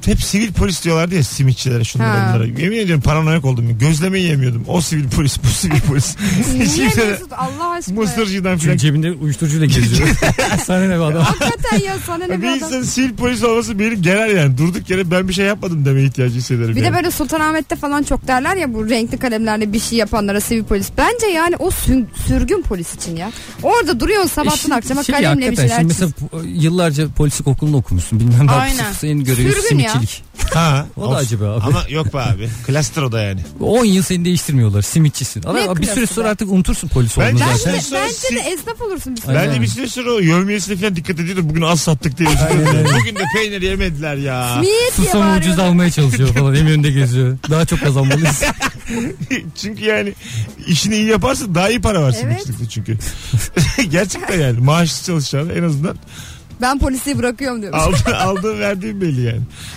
Speaker 2: hep sivil polis diyorlardı ya simitçilere şunlara
Speaker 4: Ha.
Speaker 2: bunlara. Yemin ediyorum paranoyak oldum. Gözleme yiyemiyordum. O sivil polis bu sivil polis.
Speaker 4: Niye
Speaker 2: Kimse de
Speaker 4: Mesut Allah aşkına?
Speaker 2: mısırcıdan
Speaker 3: Çünkü
Speaker 2: filan.
Speaker 3: cebinde uyuşturucuyla geziyor. Sana ne be adam?
Speaker 4: Hakikaten ya sana ne
Speaker 2: Bir
Speaker 4: bir adam.
Speaker 2: insanın sivil polis olması beni gerer yani. Durduk yere ben bir şey yapmadım demeye ihtiyacı hissederim.
Speaker 4: Bir
Speaker 2: yani.
Speaker 4: de böyle Sultanahmet'te falan çok derler ya bu renkli kalemlerle bir şey yapanlara sivil polis. Bence yani o sü- sürgün polis için ya. Orada duruyorsun sabahtan
Speaker 3: E,
Speaker 4: akşama
Speaker 3: şey,
Speaker 4: kalemle bir
Speaker 3: hakikaten,
Speaker 4: şeyler
Speaker 3: şimdi
Speaker 4: çiz.
Speaker 3: mesela bu- yıllarca polislik okulunu okumuşsun. Bilmem ne
Speaker 4: Aynen.
Speaker 3: yapmışsın. Senin görevi
Speaker 4: Sürgün ya.
Speaker 3: simitçilik.
Speaker 2: Ha,
Speaker 3: O da
Speaker 2: olsun.
Speaker 3: acı be abi.
Speaker 2: Ama yok be abi. Cluster o da yani.
Speaker 3: on yıl seni değiştirmiyorlar. Simitçisin. Ama
Speaker 4: Ne
Speaker 3: bir süre
Speaker 4: klası
Speaker 3: sonra
Speaker 4: be?
Speaker 3: artık unutursun polis
Speaker 2: Bence-
Speaker 3: olduğunu
Speaker 4: Bence,
Speaker 3: zaten.
Speaker 2: Sen-
Speaker 4: bence de
Speaker 2: sen-
Speaker 4: esnaf olursun bir süre.
Speaker 2: Bence
Speaker 3: Aynen.
Speaker 2: bir süre sonra o yevmiyesine falan dikkat ediyordur. Bugün az sattık diye. Bugün de peynir yemediler ya.
Speaker 4: Niyet diye
Speaker 3: Susam ucuz
Speaker 4: bağırıyorlar.
Speaker 3: almaya çalışıyor falan. Eminönü'nde geziyor. Daha çok kazanmalıyız.
Speaker 2: Çünkü yani işini iyi yaparsın daha iyi para var
Speaker 4: Evet.
Speaker 2: simitçilikte çünkü. Gerçekten yani maaşlı çalışacağını en azından
Speaker 4: Ben polisi bırakıyorum diyorum.
Speaker 2: aldı, aldığın verdiğin belli yani.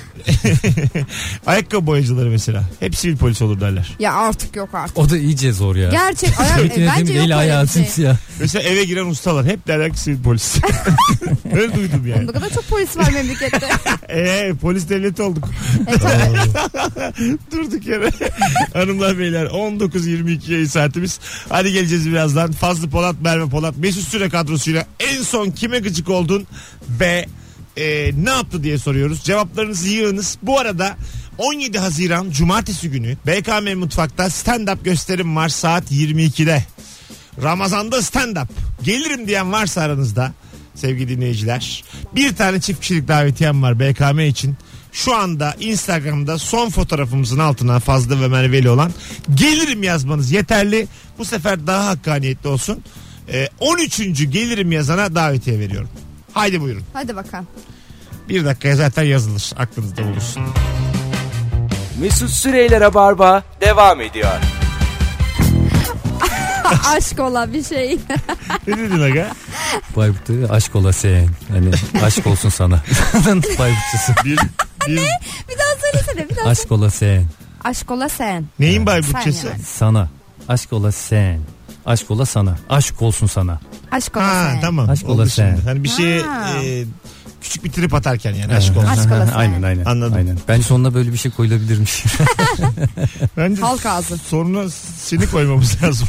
Speaker 2: Ayakkabı boyacıları mesela. Hep sivil polis olur derler.
Speaker 4: Ya artık yok artık.
Speaker 3: O da iyice zor ya.
Speaker 4: Gerçek ayak,
Speaker 3: Simitine
Speaker 4: e, bence
Speaker 3: demin
Speaker 4: yok
Speaker 3: eli
Speaker 4: öyle
Speaker 3: ayağı
Speaker 4: bir şey.
Speaker 3: simsiyah.
Speaker 2: Mesela eve giren ustalar hep derler ki sivil polis. Öyle duydum yani.
Speaker 4: Ne kadar çok polis var memlekette.
Speaker 2: Eee polis devleti olduk.
Speaker 4: e, tabii.
Speaker 2: Durduk yere. Hanımlar beyler on dokuz yirmi iki yayın saatimiz. Hadi geleceğiz birazdan. Fazlı Polat, Merve Polat, Mesut Süre kadrosuyla en son kime gıcık oldun ve e, ne yaptı diye soruyoruz. Cevaplarınızı yığınız. Bu arada on yedi Haziran Cumartesi günü B K M Mutfak'ta stand-up gösterim var saat yirmi ikide. Ramazan'da stand-up. Gelirim diyen varsa aranızda sevgili dinleyiciler. Bir tane çift kişilik davetiyem var B K M için. Şu anda Instagram'da son fotoğrafımızın altına Fazlı ve Merve'li olan gelirim yazmanız yeterli. Bu sefer daha hakkaniyetli olsun. Ee, on üçüncü gelirim yazana davetiye veriyorum. Haydi buyurun.
Speaker 4: Hadi bakalım.
Speaker 2: Bir dakikaya zaten yazılır. Aklınızda bulursun.
Speaker 1: Mesut Süreyler'e barba devam ediyor.
Speaker 4: Aşk olan bir şey.
Speaker 2: Ne dedin aga?
Speaker 3: Bayburt'ta aşk ola sen. Hani aşk olsun sana. Bayburtçısı.
Speaker 2: Bir, bir,
Speaker 4: Bir daha söylesene bir daha.
Speaker 3: Aşk ola sen.
Speaker 4: Aşk ola sen.
Speaker 2: neyin bay
Speaker 4: Sen
Speaker 2: bütçesi?
Speaker 4: yani.
Speaker 3: Sana. Aşk ola sen. Aşk ola sana. Aşk olsun sana.
Speaker 4: Aşk ola
Speaker 2: Ha
Speaker 4: sen.
Speaker 2: tamam.
Speaker 3: Aşk
Speaker 2: Oldu
Speaker 3: ola
Speaker 2: şimdi.
Speaker 3: sen.
Speaker 2: Hani bir şeye
Speaker 4: Ha.
Speaker 2: e, küçük bir trip atarken yani aşk olsun.
Speaker 4: Aşk ola sen.
Speaker 3: Aynen aynen.
Speaker 2: Anladım.
Speaker 3: Aynen. Bence sonuna böyle bir şey koyulabilirmiş.
Speaker 2: Bence
Speaker 4: Halk ağzı.
Speaker 2: soruna seni koymamız lazım.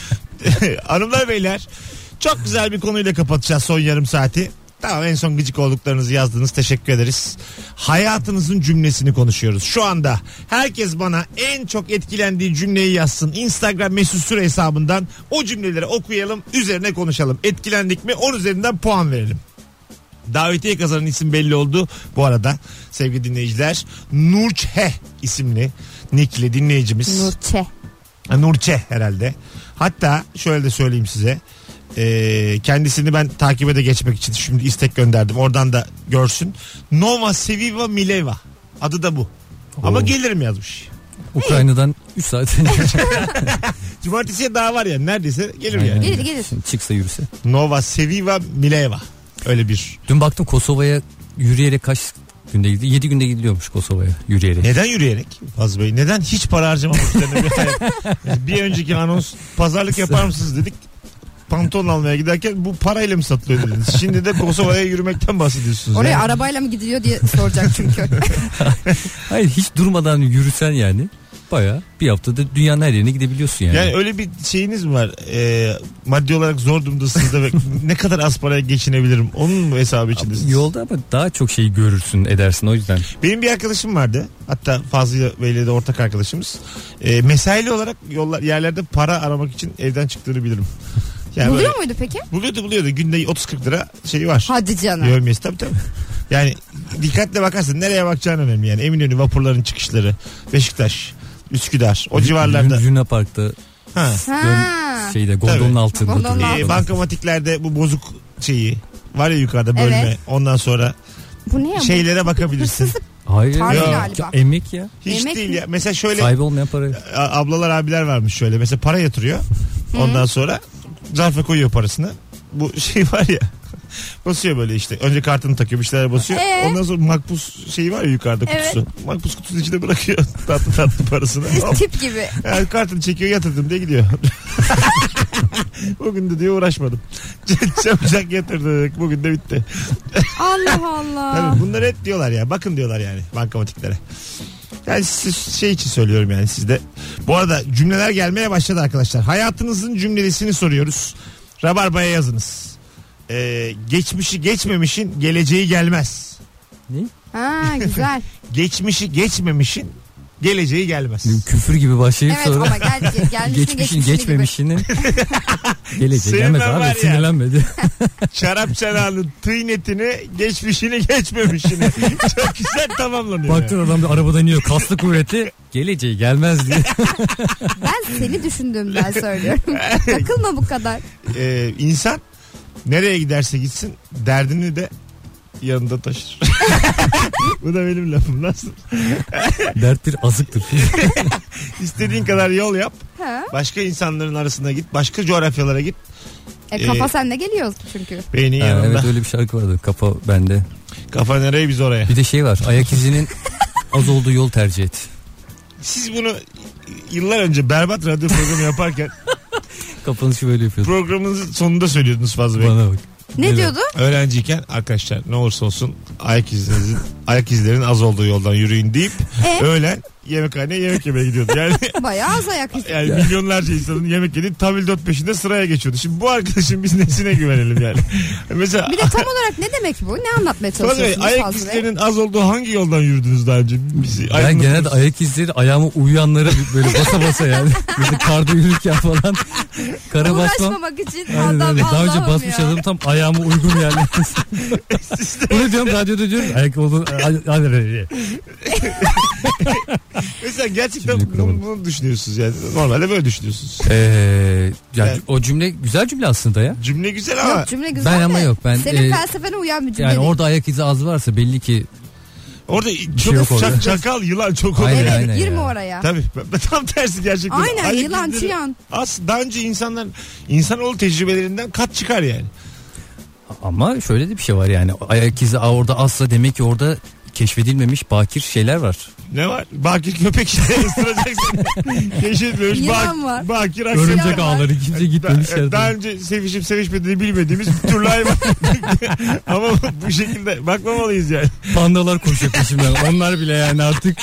Speaker 2: Hanımlar beyler çok güzel bir konuyla kapatacağız son yarım saati. Tamam en son gıcık olduklarınızı yazdınız teşekkür ederiz. Hayatınızın cümlesini konuşuyoruz. Şu anda herkes bana en çok etkilendiği cümleyi yazsın. Instagram Mesut Süre hesabından o cümleleri okuyalım üzerine konuşalım. Etkilendik mi on üzerinden puan verelim. Davetiye kazanan isim belli oldu. Bu arada sevgili dinleyiciler Nurçe isimli nickli dinleyicimiz.
Speaker 4: Nurçe.
Speaker 2: Ha, Nurçe herhalde. Hatta şöyle de söyleyeyim size. Ee, kendisini ben takibe de geçmek için şimdi istek gönderdim. Oradan da görsün. Nova Seviva Mileva. Adı da bu. Ama
Speaker 3: Oo.
Speaker 2: gelirim yazmış.
Speaker 3: Ukrayna'dan üç saat önce.
Speaker 2: Cumartesiye daha var ya neredeyse gelir
Speaker 3: Aynen.
Speaker 2: yani.
Speaker 4: Gelir gelir.
Speaker 3: Şimdi çıksa yürüse.
Speaker 2: Nova Seviva Mileva. Öyle bir.
Speaker 3: Dün baktım Kosova'ya yürüyerek kaç günde gidiyor? yedi günde gidiliyormuş Kosova'ya yürüyerek.
Speaker 2: Neden yürüyerek Fazıl Bey? Neden hiç para harcamamak üzerine bir hayat? Bir önceki anons pazarlık yapar mısınız dedik. Pantolon almaya giderken bu parayla mı satılıyor dediniz. Şimdi de Kosova'ya yürümekten bahsediyorsunuz.
Speaker 4: Oraya
Speaker 2: yani.
Speaker 4: arabayla mı gidiliyor diye soracak çünkü.
Speaker 3: Hayır hiç durmadan yürüsen yani baya bir haftada dünyanın her yerine gidebiliyorsun yani.
Speaker 2: Yani öyle bir şeyiniz mi var? Ee, maddi olarak zor durumdasınız da ve ne kadar az paraya geçinebilirim? Onun mu hesabı içindesiniz?
Speaker 3: Yolda ama daha çok şeyi görürsün edersin o yüzden.
Speaker 2: Benim bir arkadaşım vardı. Hatta Fazlı Bey'le de ortak arkadaşımız. Ee, mesaili olarak yollar yerlerde para aramak için evden çıktığını bilirim. Yani
Speaker 4: Buluyor
Speaker 2: böyle-
Speaker 4: muydu peki?
Speaker 2: Buluyordu buluyordu. Günde otuz kırk lira şeyi var.
Speaker 4: Hadi canım.
Speaker 2: Yövmesi tabii tabii. Yani dikkatle bakarsın nereye bakacağın önemli yani. Eminönü vapurların çıkışları, Beşiktaş, Üsküdar o civarlarda.
Speaker 3: Luna Park'ta
Speaker 2: Ha.
Speaker 4: Ha.
Speaker 3: dön, şeyde gondolun
Speaker 2: Tabii.
Speaker 3: altında
Speaker 4: Gondolun
Speaker 3: duruyor.
Speaker 4: altında.
Speaker 2: Ee, bankamatiklerde bu bozuk şeyi var ya yukarıda bölme.
Speaker 4: Evet.
Speaker 2: Ondan sonra
Speaker 4: Bu ne ya?
Speaker 2: şeylere bakabilirsin.
Speaker 4: Hırsızlık.
Speaker 3: Hayır
Speaker 4: Tarzı
Speaker 3: ya.
Speaker 4: galiba.
Speaker 3: Ya, emek ya.
Speaker 2: Hiç
Speaker 4: Yemek
Speaker 2: değil
Speaker 4: mi?
Speaker 2: ya. Mesela şöyle
Speaker 3: Sahibi olmayan para.
Speaker 2: a- ablalar abiler varmış şöyle. Mesela para yatırıyor. Ondan sonra zarfa koyuyor parasını. Bu şey var ya Basıyor böyle işte. Önce kartını takıyor, bir şeyler basıyor.
Speaker 4: Ee?
Speaker 2: Ondan sonra makbuz şeyi var ya yukarıda kutusu.
Speaker 4: Evet.
Speaker 2: Makbuz kutusunun içine bırakıyor tatlı tatlı parasını. Hop.
Speaker 4: Tip gibi.
Speaker 2: Yani kartını çekiyor, yatırdım diye gidiyor. Bugün de diyor uğraşmadım. Çabucak yatırdık. Bugün de bitti.
Speaker 4: Allah Allah.
Speaker 2: Tabii bunları hep diyorlar ya. Bakın diyorlar yani bankamatiklere. Yani siz şey için söylüyorum yani sizde. Bu arada cümleler gelmeye başladı arkadaşlar. Hayatınızın cümlesini soruyoruz. Rabarba'ya yazınız. Ee, geçmişi geçmemişin geleceği gelmez.
Speaker 3: Ne?
Speaker 4: Ha güzel.
Speaker 2: Geçmişi geçmemişin geleceği gelmez.
Speaker 3: Küfür gibi başlayıp
Speaker 4: Evet
Speaker 3: sonra
Speaker 4: ama gel, gelmişini
Speaker 3: geçmişin
Speaker 4: geçmişini
Speaker 3: geçmemişinin geleceği
Speaker 2: Senin
Speaker 3: gelmez
Speaker 2: var ya.
Speaker 3: abi, sinirlenmedi.
Speaker 2: Şarap çanağının tıynetini, geçmişini geçmemişini. Çok güzel tamamlanıyor.
Speaker 3: Baktın adam da arabadan iniyor, kaslı kuvvetli, geleceği gelmez diye.
Speaker 4: Ben seni düşündüğümden söylüyorum. Takılma bu kadar.
Speaker 2: Ee, insan nereye giderse gitsin derdini de yanında taşır. Bu da benim lafım. Nasıl?
Speaker 3: Dert bir azıktır.
Speaker 2: İstediğin kadar yol yap.
Speaker 4: Ha?
Speaker 2: Başka insanların arasına git. Başka coğrafyalara git.
Speaker 4: E, kafa
Speaker 2: Ee,
Speaker 4: sende geliyor çünkü.
Speaker 2: Beynin
Speaker 3: Ha,
Speaker 2: yanında.
Speaker 3: evet öyle bir şarkı vardı, kafa bende.
Speaker 2: Kafa nereye biz oraya.
Speaker 3: Bir de şey var, ayak izinin az olduğu yol tercih et.
Speaker 2: Siz bunu yıllar önce berbat radyo programı yaparken
Speaker 3: Kapanışı böyle yapıyordum.
Speaker 2: programınızın sonunda söylüyordunuz Fazlı Bey.
Speaker 3: Bana bak.
Speaker 4: Ne
Speaker 3: Evet.
Speaker 4: diyordu?
Speaker 2: Öğrenciyken arkadaşlar ne olursa olsun ayak izlerinizin ayak izlerin az olduğu yoldan yürüyün deyip
Speaker 4: E?
Speaker 2: öğlen yemekhaneye yemek yemeye gidiyordu. Yani
Speaker 4: Bayağı az ayak izi.
Speaker 2: yani milyonlarca insanın yemek yediği tabildot peşinde sıraya geçiyordu. Şimdi bu arkadaşın biz nesine güvenelim yani? Mesela
Speaker 4: Bir de tam olarak ne demek bu? Ne anlatmaya
Speaker 2: Fazlı Bey,
Speaker 4: çalışıyorsunuz
Speaker 2: ayak
Speaker 4: Fazlı Bey?
Speaker 2: izlerinin az olduğu hangi yoldan yürüdünüz daha önce? Bizi
Speaker 3: Ben
Speaker 2: aydınlatır
Speaker 3: genelde
Speaker 2: mısınız?
Speaker 3: ayak izleri ayağıma uyuyanlara böyle basa basa yani. Mesela karda yürürken falan kara basmam.
Speaker 4: Uğraşmamak için
Speaker 3: Aynen
Speaker 4: adam
Speaker 3: öyle. Daha önce
Speaker 4: Allah'ım
Speaker 3: basmış
Speaker 4: ya.
Speaker 3: adamım, tam ayağıma uygun yani. Bunu diyorum radyoda, diyorum ayak olduğunu.
Speaker 2: Mesela gerçekten
Speaker 3: Cümle
Speaker 2: bunu,
Speaker 3: kuramadım.
Speaker 2: bunu düşünüyorsunuz yani. Normalde böyle düşünüyorsunuz.
Speaker 3: Ee, yani
Speaker 2: Yani-
Speaker 3: o cümle güzel cümle aslında ya.
Speaker 2: Cümle güzel ama
Speaker 4: Yok cümle güzel
Speaker 3: Ben
Speaker 4: de
Speaker 3: ama yok, ben,
Speaker 4: senin
Speaker 3: e,
Speaker 4: felsefene uyan bir cümle
Speaker 3: Yani
Speaker 4: değil.
Speaker 3: orada ayak izi az varsa belli ki
Speaker 2: orada
Speaker 3: şey
Speaker 2: çok
Speaker 3: yok orada.
Speaker 2: çak- çakal, yılan çok oluyor.
Speaker 3: Aynen,
Speaker 4: Evet
Speaker 3: aynen
Speaker 4: girme
Speaker 3: ya.
Speaker 4: oraya.
Speaker 2: Tabii. Ben- Tam tersi gerçekten.
Speaker 4: Aynen,
Speaker 2: Ayak
Speaker 4: yılan,
Speaker 2: izleri-
Speaker 4: çıyan.
Speaker 2: Aslında daha önce insanlar insanoğlu tecrübelerinden kat çıkar yani.
Speaker 3: ama şöyle de bir şey var yani, ayak izi orada azsa demek ki orada keşfedilmemiş bakir şeyler var.
Speaker 2: Ne var? Bakir köpek işte ısıracak seni. Keşfetmemiş.
Speaker 4: Yılan
Speaker 2: Bak,
Speaker 4: var.
Speaker 2: bakir
Speaker 3: Örümcek
Speaker 2: aksiyonlar.
Speaker 3: ağları kimse gitmemiş
Speaker 2: Da-
Speaker 3: yerden.
Speaker 2: daha önce sevişip sevişmediğini bilmediğimiz bir türlü hayvan. Ama bu şekilde bakmamalıyız yani.
Speaker 3: Pandalar koşuyor peşimden. Onlar bile yani artık.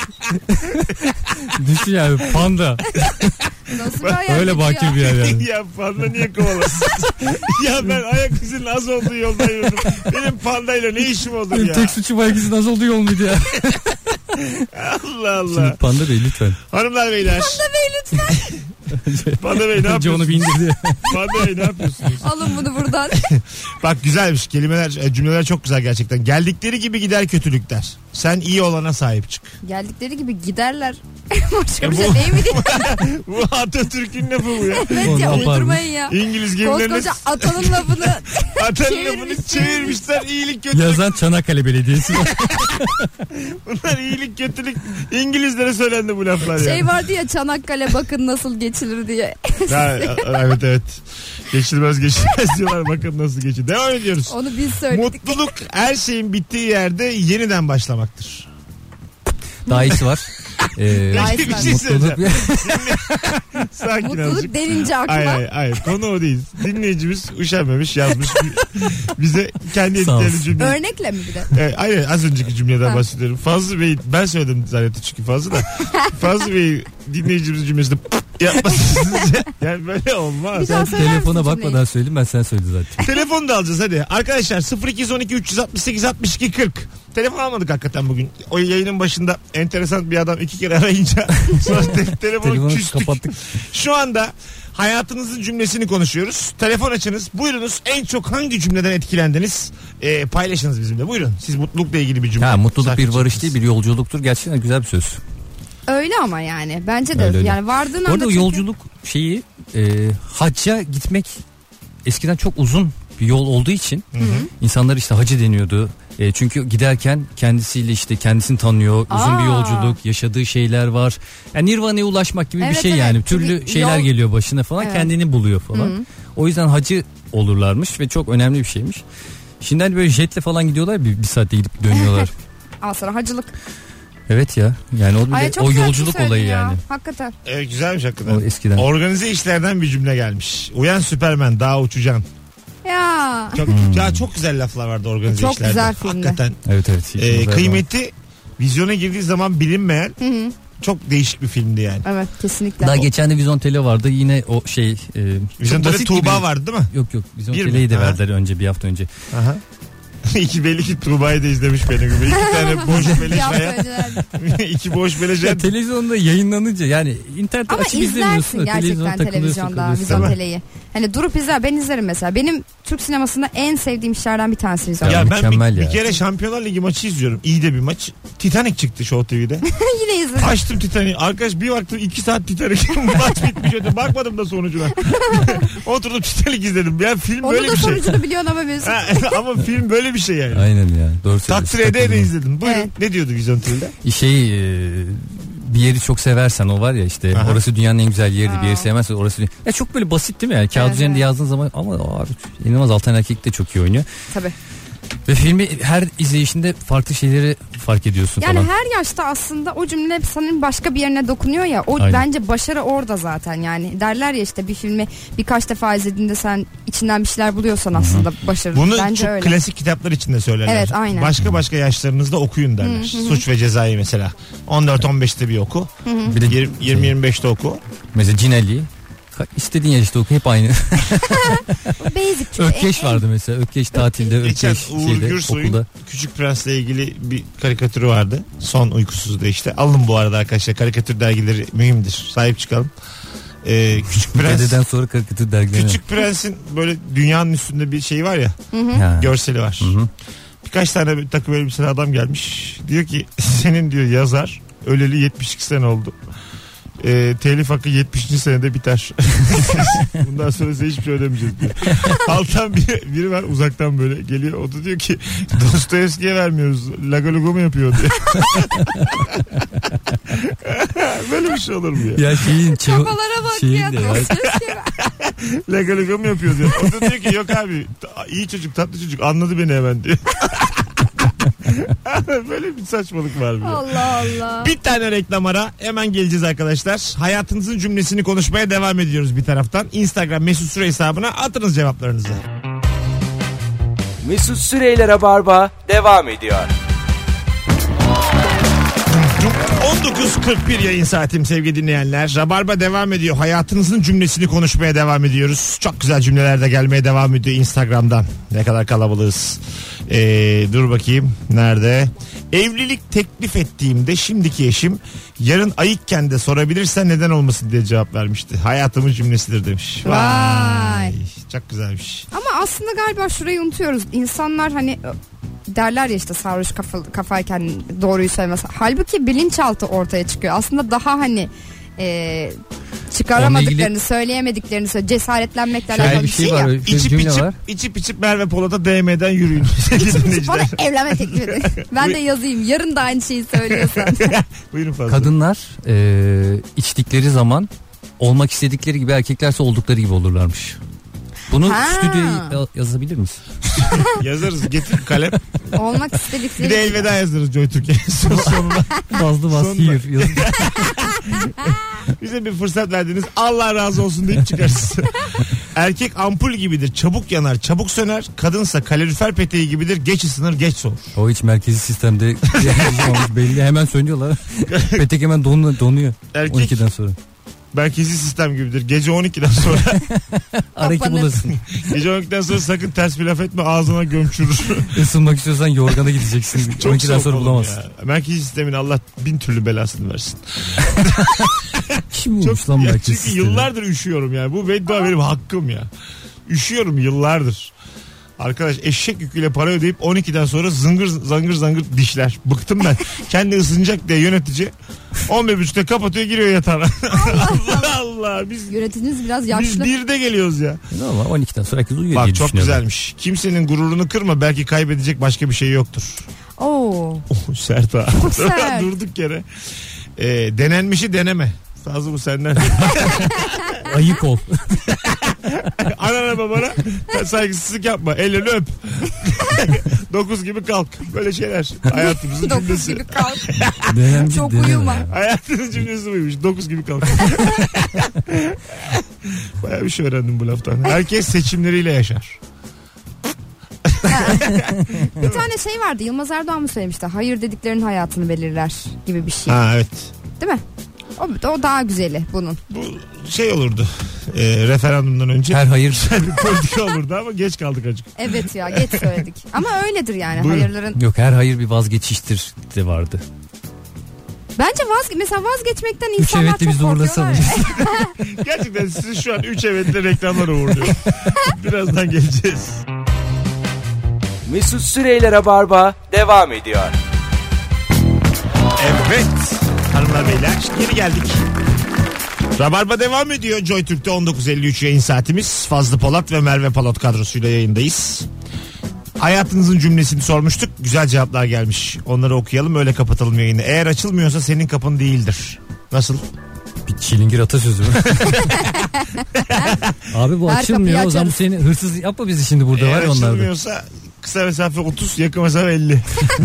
Speaker 3: Düşün yani, panda.
Speaker 4: Nasıl bir ayak
Speaker 3: Öyle
Speaker 4: izi
Speaker 3: bakir
Speaker 4: ya?
Speaker 3: bir yer yani.
Speaker 2: Ya panda niye kovalasın? Ya ben ayak izinin az olduğu yolda yürüdüm. Benim pandayla ne işim olur
Speaker 3: Benim
Speaker 2: ya?
Speaker 3: tek suçum ayak izinin az olduğu yol muydu ya?
Speaker 2: Allah Allah.
Speaker 3: Şimdi Panda Bey lütfen.
Speaker 2: Hanımlar beyler. Panda Bey lütfen. Panda Bey ne
Speaker 3: Önce
Speaker 2: yapıyorsunuz?
Speaker 3: onu bir indirdi.
Speaker 2: Panda Bey ne yapıyorsunuz?
Speaker 4: Alın bunu buradan.
Speaker 2: Bak güzelmiş kelimeler, e, cümleler çok güzel gerçekten. Geldikleri gibi gider kötülükler. Sen iyi olana sahip çık.
Speaker 4: Geldikleri gibi giderler. Başka
Speaker 2: E
Speaker 4: bir
Speaker 2: bu-
Speaker 4: şey değil mi diye.
Speaker 2: Bu Atatürk'ün lafı bu ya.
Speaker 4: Evet
Speaker 3: O ne
Speaker 4: ya
Speaker 3: yaparmış?
Speaker 4: uydurmayın ya.
Speaker 2: İngiliz gemilerine
Speaker 4: Koskoca atanın lafını
Speaker 2: atanın lafını
Speaker 4: çevirmiş,
Speaker 2: çevirmişler. İyilik kötülük.
Speaker 3: Yazan Çanakkale Belediyesi.
Speaker 2: Bunlar iyilik kötülük. İngilizlere söylendi bu laflar ya.
Speaker 4: şey vardı ya, Çanakkale bakın nasıl geçilir diye.
Speaker 2: Ha, evet evet. Geçilmez geçilmez diyorlar, bakın nasıl geçiyor. Devam ediyoruz.
Speaker 4: Onu biz söyledik.
Speaker 2: Mutluluk her şeyin bittiği yerde yeniden başlamaktır.
Speaker 3: Daha iyisi var. Ee,
Speaker 4: Daha
Speaker 2: Peki,
Speaker 4: iyisi
Speaker 2: bir
Speaker 4: var.
Speaker 2: şey
Speaker 3: mutluluk.
Speaker 2: söyleyeceğim. Sakin azıcık.
Speaker 4: Mutluluk denince aklıma.
Speaker 2: Hayır hayır, hayır konu o değil. Dinleyicimiz üşenmemiş yazmış bize kendi
Speaker 3: Sağ olsun.
Speaker 2: editlerini cümleyi.
Speaker 4: Örnekle mi bir de?
Speaker 2: Evet, hayır az önceki cümleden
Speaker 4: Ha.
Speaker 2: bahsediyorum. Fazlı Bey ben söyledim zannetti çünkü Fazlı da. Fazlı Bey dinleyicimizin cümlesinde yapmasın. Yani böyle olmaz.
Speaker 4: Bir daha söyler
Speaker 3: Telefona
Speaker 4: misin
Speaker 3: bakmadan
Speaker 4: cümleyi?
Speaker 3: söyleyeyim, ben sen söyle zaten.
Speaker 2: Telefonu da alacağız hadi. Arkadaşlar sıfır iki on iki üç yüz altmış sekiz altmış iki kırk. Telefon almadık hakikaten bugün. O yayının başında enteresan bir adam iki kere arayınca sonra te- telefonu
Speaker 3: Telefonu
Speaker 2: küstük.
Speaker 3: kapattık.
Speaker 2: Şu anda hayatınızın cümlesini konuşuyoruz. Telefon açınız. Buyurunuz, en çok hangi cümleden etkilendiniz? Ee, paylaşınız bizimle. Buyurun. Siz mutlulukla ilgili bir cümle.
Speaker 3: Ha, mutluluk bir
Speaker 2: sarf
Speaker 3: varış
Speaker 2: edeceksiniz.
Speaker 3: değil, bir yolculuktur. Gerçekten güzel bir söz.
Speaker 4: Öyle ama yani. Bence de
Speaker 3: Öyle, öyle.
Speaker 4: yani vardığın
Speaker 3: Bu
Speaker 4: anda
Speaker 3: arada o
Speaker 4: çünkü-
Speaker 3: yolculuk şeyi, e, hacca gitmek eskiden çok uzun bir yol olduğu için insanlar işte hacı deniyordu. E, çünkü giderken kendisiyle işte kendisini tanıyor. Uzun
Speaker 4: Aa.
Speaker 3: bir yolculuk, yaşadığı şeyler var. Yani Nirvana'ya ulaşmak gibi
Speaker 4: Evet,
Speaker 3: bir şey
Speaker 4: evet.
Speaker 3: yani.
Speaker 4: Çünkü
Speaker 3: Türlü şeyler
Speaker 4: yol-
Speaker 3: geliyor başına falan,
Speaker 4: Evet.
Speaker 3: kendini buluyor falan.
Speaker 4: Hı.
Speaker 3: O yüzden hacı olurlarmış ve çok önemli bir şeymiş. Şimdi hani böyle jetle falan gidiyorlar bir, bir saatte gidip dönüyorlar.
Speaker 4: Al sana hacılık.
Speaker 3: Evet ya. Yani o, bir
Speaker 4: Ay,
Speaker 3: de,
Speaker 4: çok
Speaker 3: o
Speaker 4: güzel bir
Speaker 3: yolculuk
Speaker 4: şey
Speaker 3: olayı
Speaker 4: ya.
Speaker 3: yani.
Speaker 4: Hakikaten.
Speaker 2: Evet, güzelmiş hakikaten.
Speaker 3: O eskiden.
Speaker 2: Organize işlerden bir cümle gelmiş. Uyan Süpermen, daha uçacaksın.
Speaker 4: Ya.
Speaker 2: Çok,
Speaker 3: Hmm.
Speaker 2: ya çok güzel laflar vardı organize
Speaker 4: Çok
Speaker 2: işlerde.
Speaker 4: güzel filmdi.
Speaker 2: Hakikaten.
Speaker 3: Evet evet.
Speaker 2: E, kıymeti vizyona girdiği zaman bilinmeyen
Speaker 4: Hı hı.
Speaker 2: çok değişik bir filmdi yani.
Speaker 4: Evet kesinlikle.
Speaker 3: Daha geçen de Vizyon Tele vardı. Yine o şey. E,
Speaker 2: Vizyon
Speaker 3: çok
Speaker 2: Tele
Speaker 3: basit
Speaker 2: Tuğba
Speaker 3: gibi.
Speaker 2: vardı değil mi?
Speaker 3: Yok yok. Vizyon
Speaker 2: Bir mi?
Speaker 3: Tele'yi de
Speaker 2: Ha.
Speaker 3: verdiler önce bir hafta önce.
Speaker 2: Aha. İki belli ki Tuğba'yı da izlemiş benim gibi. İki tane boş beleş
Speaker 4: Bir hafta
Speaker 2: hayat.
Speaker 4: önceler.
Speaker 2: İki boş beleş
Speaker 3: Ya
Speaker 2: hayat.
Speaker 3: televizyonda yayınlanınca yani internette
Speaker 4: Ama
Speaker 3: açıp izlemiyorsun
Speaker 4: izlersin
Speaker 3: da televizyona
Speaker 4: gerçekten
Speaker 3: takılıyorsun.
Speaker 4: televizyonda
Speaker 3: kalıyorsun.
Speaker 4: Vizyon
Speaker 2: Değil mi?
Speaker 4: Tele'yi. Hani durup izler, ben izlerim mesela. Benim Türk sinemasında en sevdiğim işlerden bir tanesi Vizyon
Speaker 3: Ya
Speaker 2: Ya
Speaker 4: Tele.
Speaker 2: ben bir,
Speaker 3: mükemmel
Speaker 2: bir
Speaker 3: ya.
Speaker 2: kere Şampiyonlar Ligi maçı izliyorum. İyi de bir maç. Titanic çıktı Show T V'de.
Speaker 4: Yine izledim.
Speaker 2: Açtım Titanic. Arkadaş bir baktım iki saat Titanic. Maç bitmiş öyle. Bakmadım da sonucuna. Oturdum Titanic izledim. Ya film
Speaker 4: Onu
Speaker 2: böyle
Speaker 4: da
Speaker 2: bir şey.
Speaker 4: sonucunu biliyorsun ama Mesut.
Speaker 2: Ha, ama film böyle bir şey yani.
Speaker 3: Aynen ya. Doğru söylüyorsun.
Speaker 2: Takdir ede ede
Speaker 3: Takıldım.
Speaker 2: izledim. Buyurun.
Speaker 4: Evet.
Speaker 2: Ne diyordu Vizyon T V'de?
Speaker 3: Şey e, bir yeri çok seversen o var ya işte
Speaker 2: Aha.
Speaker 3: orası dünyanın en güzel yeridir.
Speaker 4: Aa.
Speaker 3: Bir yeri sevmezsen orası dünya... Ya çok böyle basit değil mi yani? Kağıt
Speaker 4: Evet,
Speaker 3: üzerinde
Speaker 4: evet.
Speaker 3: yazdığın zaman ama abi inanılmaz Altan Erkek de çok iyi oynuyor.
Speaker 4: Tabii.
Speaker 3: Ve filmi her izleyişinde farklı şeyleri fark ediyorsun
Speaker 4: Yani
Speaker 3: falan.
Speaker 4: her yaşta aslında o cümle senin başka bir yerine dokunuyor ya. O
Speaker 3: Aynen.
Speaker 4: bence başarı orada zaten yani. Derler ya işte bir filmi birkaç defa izlediğinde sen içinden bir şeyler buluyorsan aslında başarı.
Speaker 2: Bunu
Speaker 4: bence
Speaker 2: çok
Speaker 4: öyle.
Speaker 2: klasik kitaplar içinde söylerler.
Speaker 4: Evet, aynen.
Speaker 2: Başka başka yaşlarınızda okuyun derler. Suç ve Ceza'yı mesela. on dört on beşte bir oku.
Speaker 3: Bir de
Speaker 2: yirmi yirmi beşte oku.
Speaker 3: mesela Cinelli istediğin yaşta oku hep aynı.
Speaker 4: Basic. çünkü
Speaker 3: Ökkeş
Speaker 4: en- en-
Speaker 3: vardı mesela. Ökkeş tatilde,
Speaker 2: Geçen
Speaker 3: Ökkeş
Speaker 2: Uğur
Speaker 3: şeyde
Speaker 2: Gürsoy'un
Speaker 3: okulda.
Speaker 2: Küçük Prens'le ilgili bir karikatürü vardı. Son uykusuzda işte. Alın bu arada arkadaşlar. Karikatür dergileri mühimdir. Sahip çıkalım. Ee, Küçük Prens.
Speaker 3: Dededen sonra karikatür dergileri.
Speaker 2: Küçük Prens'in böyle dünyanın üstünde bir şey var ya.
Speaker 3: Ha.
Speaker 2: Görseli var.
Speaker 3: Hı hı.
Speaker 2: Birkaç tane bir takım elbiseli adam gelmiş. Diyor ki senin diyor yazar öleli yetmiş iki sene oldu. E, telif hakkı yetmişinci senede biter. Bundan sonra size hiçbir şey ödemeyeceğiz diyor. Alttan biri, biri var uzaktan böyle geliyor. O da diyor ki Dostoyevski'ye vermiyoruz. Lagolugo mu yapıyor diyor. Böyle bir şey olur mu ya?
Speaker 3: Ya şeyin çev-
Speaker 4: Kafalara bak
Speaker 3: şeyin
Speaker 4: ya.
Speaker 3: de var.
Speaker 2: Lagolugo mu yapıyor diyor. O da diyor ki yok abi iyi çocuk tatlı çocuk anladı beni hemen diyor. Böyle bir saçmalık var mı?
Speaker 4: Allah Allah.
Speaker 2: Bir tane reklam ara hemen geleceğiz arkadaşlar. Hayatınızın cümlesini konuşmaya devam ediyoruz bir taraftan. Instagram Mesut Süre hesabına atınız cevaplarınızı.
Speaker 1: Mesut Süreyler'e barba devam ediyor.
Speaker 2: on dokuz kırk bir yayın saatim sevgili dinleyenler. Rabarba devam ediyor. Hayatınızın cümlesini konuşmaya devam ediyoruz. Çok güzel cümleler de gelmeye devam ediyor Instagram'dan. Ne kadar kalabalığız. Ee, dur bakayım. Nerede? Evlilik teklif ettiğimde şimdiki eşim yarın ayıkken de sorabilirsen neden olmasın diye cevap vermişti. Hayatımın cümlesidir demiş.
Speaker 4: Vay.
Speaker 2: Çok güzelmiş.
Speaker 4: Ama aslında galiba şurayı unutuyoruz. İnsanlar hani derler ya işte sarhoş kafa, kafayken doğruyu söylemez. Halbuki bilinçaltı ortaya çıkıyor. Aslında daha hani e, çıkaramadıklarını,
Speaker 3: ilgili...
Speaker 4: söyleyemediklerini söyle, cesaretlenmekle
Speaker 3: Şöyle
Speaker 4: alakalı
Speaker 3: bir şey var.
Speaker 2: Ya,
Speaker 3: Öyle bir
Speaker 2: içip
Speaker 3: cümle
Speaker 2: içip,
Speaker 3: var.
Speaker 2: içip içip Merve Polat'a D M'den yürüyün.
Speaker 4: Bana evlenme teklif edin. Ben de yazayım. Yarın da aynı şeyi söylüyorsan.
Speaker 2: Buyurun fazla.
Speaker 3: Kadınlar e, içtikleri zaman olmak istedikleri gibi, erkeklerse oldukları gibi olurlarmış. Bunu
Speaker 4: Ha.
Speaker 3: stüdyoya yazabilir misin?
Speaker 2: Yazarız getir kalem.
Speaker 4: Olmak istedikleri.
Speaker 2: Bir de elveda yazarız Joy Türkiye. Sonuna.
Speaker 3: Fazla bas
Speaker 2: Sonunda.
Speaker 3: here. Yazın.
Speaker 2: Bize bir fırsat verdiniz. Allah razı olsun deyip çıkarız. Erkek ampul gibidir. Çabuk yanar, çabuk söner. Kadınsa kalorifer peteği gibidir. Geç ısınır, geç soğur.
Speaker 3: O hiç merkezi sistemde yazılmamış belli. Hemen söylüyorlar. Petek hemen donuyor. donuyor.
Speaker 2: Erkek
Speaker 3: on ikiden sonra.
Speaker 2: merkezi sistem gibidir. Gece on ikiden sonra
Speaker 3: Ara ki bulasın.
Speaker 2: gece on ikiden sonra sakın ters bir laf etme, ağzına gömçürür.
Speaker 3: Isınmak istiyorsan yorgana gideceksin.
Speaker 2: Çok
Speaker 3: on ikiden
Speaker 2: soğuk
Speaker 3: sonra
Speaker 2: oğlum
Speaker 3: bulamazsın.
Speaker 2: ya. Merkezi sistemin Allah bin türlü belasını versin.
Speaker 3: Kim
Speaker 2: Çok,
Speaker 3: bulmuş lan
Speaker 2: ya
Speaker 3: merkezi
Speaker 2: çünkü
Speaker 3: sistemi?
Speaker 2: yıllardır üşüyorum ya. Bu beddua benim hakkım ya. Üşüyorum yıllardır. Arkadaş eşek yüküyle para ödeyip on ikiden sonra zıngır zangır zangır dişler. Bıktım ben. Kendi ısınacak diye yönetici on bir buçukta kapatıyor, giriyor yatağına. Allah Allah. Biz,
Speaker 4: Yöneticiniz biraz
Speaker 2: biz
Speaker 4: yaşlı.
Speaker 2: birde geliyoruz ya.
Speaker 3: Ama on ikiden sonra herkes uyuyor
Speaker 2: Bak
Speaker 3: diye
Speaker 2: çok
Speaker 3: düşünüyorum.
Speaker 2: güzelmiş. Kimsenin gururunu kırma, belki kaybedecek başka bir şey yoktur.
Speaker 4: Oo.
Speaker 2: Oh, sert ha.
Speaker 4: Çok sert.
Speaker 2: Durduk yere. Ee, denenmişi deneme. Fazla bu senden.
Speaker 3: Ayık ol.
Speaker 2: Anana babana saygısızlık yapma. Ellerini öp. Dokuz gibi kalk. Böyle şeyler. Hayatımızın
Speaker 4: Dokuz
Speaker 2: cümlesi.
Speaker 4: gibi kalk.
Speaker 3: Denenci
Speaker 4: Çok
Speaker 3: deneme
Speaker 4: uyuma.
Speaker 3: ya.
Speaker 2: Hayatının cümlesi buymuş. Dokuz gibi kalk. Bayağı bir şey öğrendim bu laftan. Herkes seçimleriyle yaşar.
Speaker 4: Bir tane şey vardı, Yılmaz Erdoğan mı söylemişti? Hayır dediklerin hayatını belirler gibi bir şey.
Speaker 2: Ha evet.
Speaker 4: Değil mi? O, o daha güzeli bunun.
Speaker 2: Bu şey olurdu. E, referandumdan önce.
Speaker 3: Her hayır.
Speaker 2: Bir politika olurdu ama geç kaldık acık.
Speaker 4: Evet ya, geç söyledik. Ama öyledir yani.
Speaker 2: Buyurun.
Speaker 4: Hayırların.
Speaker 3: Yok, her hayır bir vazgeçiştir de vardı.
Speaker 4: Bence vazge mesela vazgeçmekten
Speaker 3: Üç
Speaker 4: insanlar
Speaker 3: evet de
Speaker 4: çok
Speaker 3: bizi uğurlasana.
Speaker 4: korkuyorlar.
Speaker 2: Gerçekten sizi şu an üç evetle reklamlara uğurluyor. Birazdan geleceğiz.
Speaker 1: Mesut Süreyler'e barba devam ediyor.
Speaker 2: Evet hanımlar beyler geri geldik. Rabarba devam ediyor. Joy Türk'te on dokuz elli üç yayın saatimiz. Fazlı Polat ve Merve Polat kadrosuyla yayındayız. Hayatınızın cümlesini sormuştuk. Güzel cevaplar gelmiş. Onları okuyalım, öyle kapatalım yayını. Eğer açılmıyorsa senin kapın değildir. Nasıl?
Speaker 3: Bir çilingir atasözü mü? Abi bu
Speaker 4: Her
Speaker 3: açılmıyor.
Speaker 4: kapıyı
Speaker 3: O zaman
Speaker 4: açarız.
Speaker 3: seni hırsız yapma bizi şimdi burada,
Speaker 2: Eğer
Speaker 3: var ya onlarda.
Speaker 2: açılmıyorsa kısa mesafe otuz, yakın mesafe elli.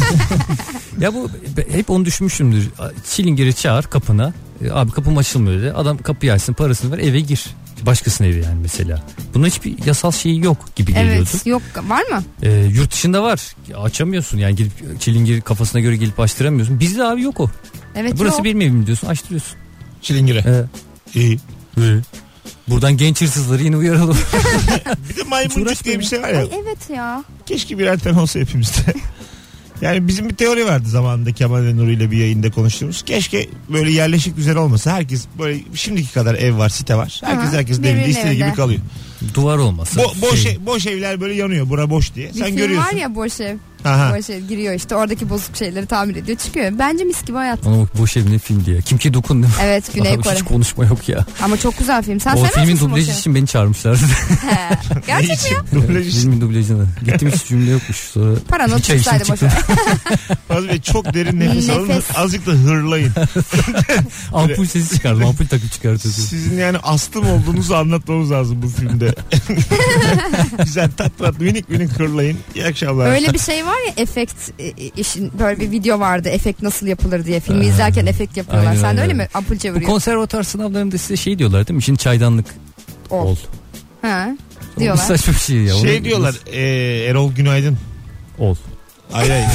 Speaker 3: Ya bu hep onu düşünmüşümdür. Çilingiri çağır kapına. E, Abi kapım açılmıyor dedi. Adam kapıyı açsın, parasını ver, eve gir. Başkasının evi yani mesela. Bunun hiçbir yasal şeyi yok gibi geliyordu.
Speaker 4: Evet, yok, var mı?
Speaker 3: E, yurt dışında var. Açamıyorsun yani, gidip çilingiri kafasına göre gelip açtıramıyorsun. Bizde abi yok o.
Speaker 4: Evet,
Speaker 3: Burası
Speaker 4: yok.
Speaker 3: benim evim diyorsun, açtırıyorsun.
Speaker 2: Çilingire.
Speaker 3: E,
Speaker 2: İyi.
Speaker 3: e. Buradan genç hırsızları yine uyaralım.
Speaker 2: Bir de maymuncuk diye bir şey var ya.
Speaker 4: Ay evet ya.
Speaker 2: Keşke birer tane olsa hepimizde. Yani bizim bir teori vardı zamanında Kemal ve Nuri ile bir yayında konuştuğumuz. Keşke böyle yerleşik düzen olmasa. Herkes böyle şimdiki kadar ev var, site var. Herkes
Speaker 4: Aha,
Speaker 2: herkesin
Speaker 4: birbirinin
Speaker 2: evinde istediği
Speaker 4: evinde.
Speaker 2: gibi kalıyor.
Speaker 3: Duvar olmasa.
Speaker 2: Bo- boş,
Speaker 3: şey.
Speaker 2: ev- boş evler böyle yanıyor. Bura boş diye.
Speaker 4: Bir
Speaker 2: Sen
Speaker 4: film
Speaker 2: görüyorsun.
Speaker 4: var ya, boş ev.
Speaker 2: Aha.
Speaker 4: Boş ev giriyor işte, oradaki bozuk şeyleri tamir ediyor, çıkıyor. Bence mis gibi hayat.
Speaker 3: Ona bak, boş evine film diye. Kim ki dokun değil mi?
Speaker 4: Evet, Güney
Speaker 3: Abi
Speaker 4: Kore.
Speaker 3: hiç konuşma yok ya.
Speaker 4: Ama çok güzel film. Sen
Speaker 3: O
Speaker 4: sevmez
Speaker 3: filmin
Speaker 4: misin
Speaker 3: dublajı
Speaker 4: boş ev?
Speaker 3: için beni çağırmışlardı.
Speaker 4: He.
Speaker 2: Ne
Speaker 4: Gerçekten
Speaker 2: için?
Speaker 4: ya.
Speaker 2: Dublaj için.
Speaker 3: Filmin dublajını. Gittim, hiç cümle yokmuş. Sonra
Speaker 4: Para not
Speaker 3: bir çay içtim,
Speaker 4: çıksaydı boş
Speaker 3: çıktım.
Speaker 4: ver.
Speaker 2: Fazla Bey, çok derin nefes alın.
Speaker 4: Nefes.
Speaker 2: Azıcık da hırlayın.
Speaker 3: Ampul sesi çıkardım. Ampul takıp çıkartıyorsun.
Speaker 2: Sizin yani astım olduğunuzu anlatmamız lazım bu filmde. Güzel tat tat minik minik hırlayın. İyi akşamlar.
Speaker 4: Öyle bir şey var ya, efekt e, işin, böyle bir video vardı, efekt nasıl yapılır diye. Filmi izlerken efekt yapıyorlar.
Speaker 3: Aynen,
Speaker 4: Sen de öyle
Speaker 3: aynen.
Speaker 4: mi? Ampul
Speaker 3: Bu
Speaker 4: çeviriyor.
Speaker 3: konservatuar sınavlarında size şey diyorlar değil mi? Şimdi çaydanlık
Speaker 4: Ol.
Speaker 3: ol.
Speaker 4: Ha.
Speaker 3: Bu
Speaker 4: Diyorlar.
Speaker 3: saçma bir şey ya.
Speaker 2: Şey
Speaker 3: Onu-
Speaker 2: diyorlar e, Erol Günaydın.
Speaker 3: Ol.
Speaker 2: Hayır hayır.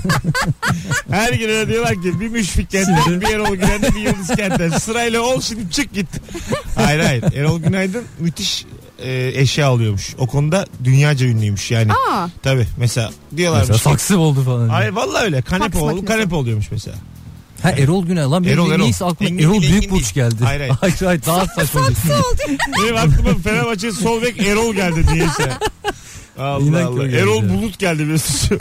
Speaker 2: Her gün öyle diyorlar ki bir Müşfik Kent'ten, bir Erol Günaydın, bir Yıldız Kent'ten. Sırayla ol, şimdi çık git. Hayır hayır. Erol Günaydın müthiş e, eşya alıyormuş. O konuda dünyaca ünlüymüş yani.
Speaker 4: Aa.
Speaker 2: Tabii mesela diyorlarmış
Speaker 3: Mesela
Speaker 2: ki-
Speaker 3: saksı oldu falan.
Speaker 2: Hayır vallahi öyle. Kanepe
Speaker 4: Faks
Speaker 2: oldu,
Speaker 4: makinesi.
Speaker 2: kanepe oluyormuş mesela.
Speaker 3: Ha, Erol Günay lan, benim
Speaker 2: Erol, Erol.
Speaker 3: neyse aklıma
Speaker 2: Engin
Speaker 3: Erol
Speaker 2: değil,
Speaker 3: Büyük
Speaker 2: Engin
Speaker 3: Burç
Speaker 2: değil.
Speaker 3: geldi.
Speaker 2: Hayır, hayır.
Speaker 3: hayır hayır, daha saçma bir şey.
Speaker 2: Benim aklıma Fenerbahçe sol bek Erol geldi niyeyse. Allah
Speaker 3: İnan ki
Speaker 2: Allah.
Speaker 3: o geldi
Speaker 2: Erol
Speaker 3: ya.
Speaker 2: Bulut geldi Mesut'cum.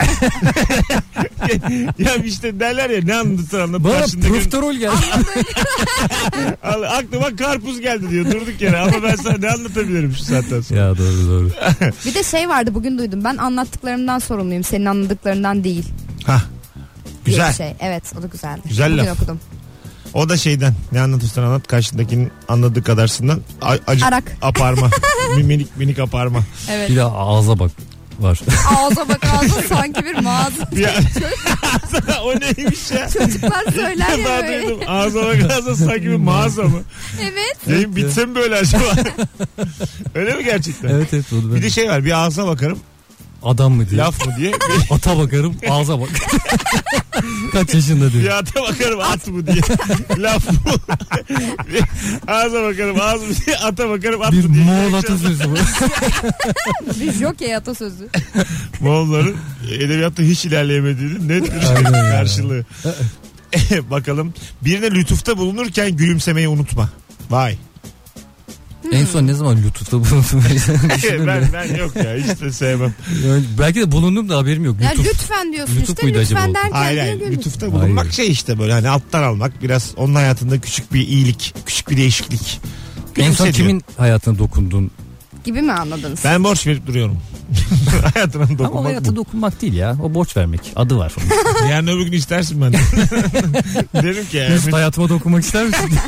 Speaker 2: Ya işte derler ya, ne anlatır anlat.
Speaker 3: Bana
Speaker 2: Karşındaki-
Speaker 3: profiterol geldi.
Speaker 2: Allah, aklıma karpuz geldi diyor durduk yere, ama ben sana ne anlatabilirim şu saatten sonra.
Speaker 3: Ya doğru doğru.
Speaker 4: Bir de şey vardı, bugün duydum. Ben anlattıklarımdan sorumluyum, senin anladıklarından değil.
Speaker 2: Hah.
Speaker 4: Diye
Speaker 2: Güzel.
Speaker 4: bir şey. Evet, o da güzeldi.
Speaker 2: Güzel
Speaker 4: Bugün
Speaker 2: laf.
Speaker 4: okudum.
Speaker 2: O da şeyden, ne anlatırsan anlat, karşındakinin anladığı kadarsından a- acık
Speaker 4: Arak.
Speaker 2: aparma. Bir minik minik aparma.
Speaker 4: Evet.
Speaker 3: Bir de ağza bak var.
Speaker 4: Ağza bak, ağza sanki bir mağaza.
Speaker 2: Bir o neymiş ya?
Speaker 4: Çocuklar söyler
Speaker 2: İlk
Speaker 4: ya
Speaker 2: defa
Speaker 4: böyle.
Speaker 2: duydum. Ağza bak ağza sanki bir mağaza mı?
Speaker 4: Evet.
Speaker 2: Yayın bitse mi böyle acaba? Öyle mi gerçekten?
Speaker 3: Evet evet. Onu ben...
Speaker 2: Bir de şey var, bir ağza bakarım
Speaker 3: Adam mı diye.
Speaker 2: laf mı diye. Bir,
Speaker 3: Ata bakarım, ağza bak. Kaç yaşında
Speaker 2: bir
Speaker 3: diyor.
Speaker 2: ata bakarım at mı diye. Laf mı? Bir ağza bakarım ağız mı diye, ata bakarım at
Speaker 3: Bir
Speaker 2: mı diye.
Speaker 3: Moğol atasözü bu.
Speaker 4: Bir jokey atasözü.
Speaker 2: Moğolların edebiyatta hiç ilerleyemediğinin net bir
Speaker 3: Aynen ya.
Speaker 2: karşılığı. Bakalım. Birine lütufta bulunurken gülümsemeyi unutma. Vay.
Speaker 3: En son ne zaman lütufta bulundum? Düşündüm
Speaker 2: ben
Speaker 3: de.
Speaker 2: ben yok ya, hiç de sevmem.
Speaker 3: Yani belki de bulundum da haberim yok.
Speaker 4: Ya
Speaker 3: Lütuf.
Speaker 4: lütfen diyorsun
Speaker 3: Lütuf
Speaker 4: işte.
Speaker 3: muydu acaba
Speaker 4: Lütfen
Speaker 3: o?
Speaker 4: derken
Speaker 2: Hayır
Speaker 4: diyor,
Speaker 2: hayır.
Speaker 4: gülüyor.
Speaker 2: Lütufta bulunmak
Speaker 3: Hayır.
Speaker 2: şey işte böyle hani alttan almak, biraz onun hayatında küçük bir iyilik, küçük bir değişiklik.
Speaker 3: En son
Speaker 2: Gülümse diyor.
Speaker 3: kimin hayatına dokundun?
Speaker 4: Gibi mi anladınız?
Speaker 2: Ben borç verip duruyorum. Hayatına
Speaker 3: Ama o
Speaker 2: dokunmak
Speaker 3: hayata
Speaker 2: bu.
Speaker 3: dokunmak değil ya. O borç vermek. Adı var onun.
Speaker 2: Yarın öbür gün istersin benden. Derim ki yani,
Speaker 3: Mesut, hayatıma dokunmak ister misin?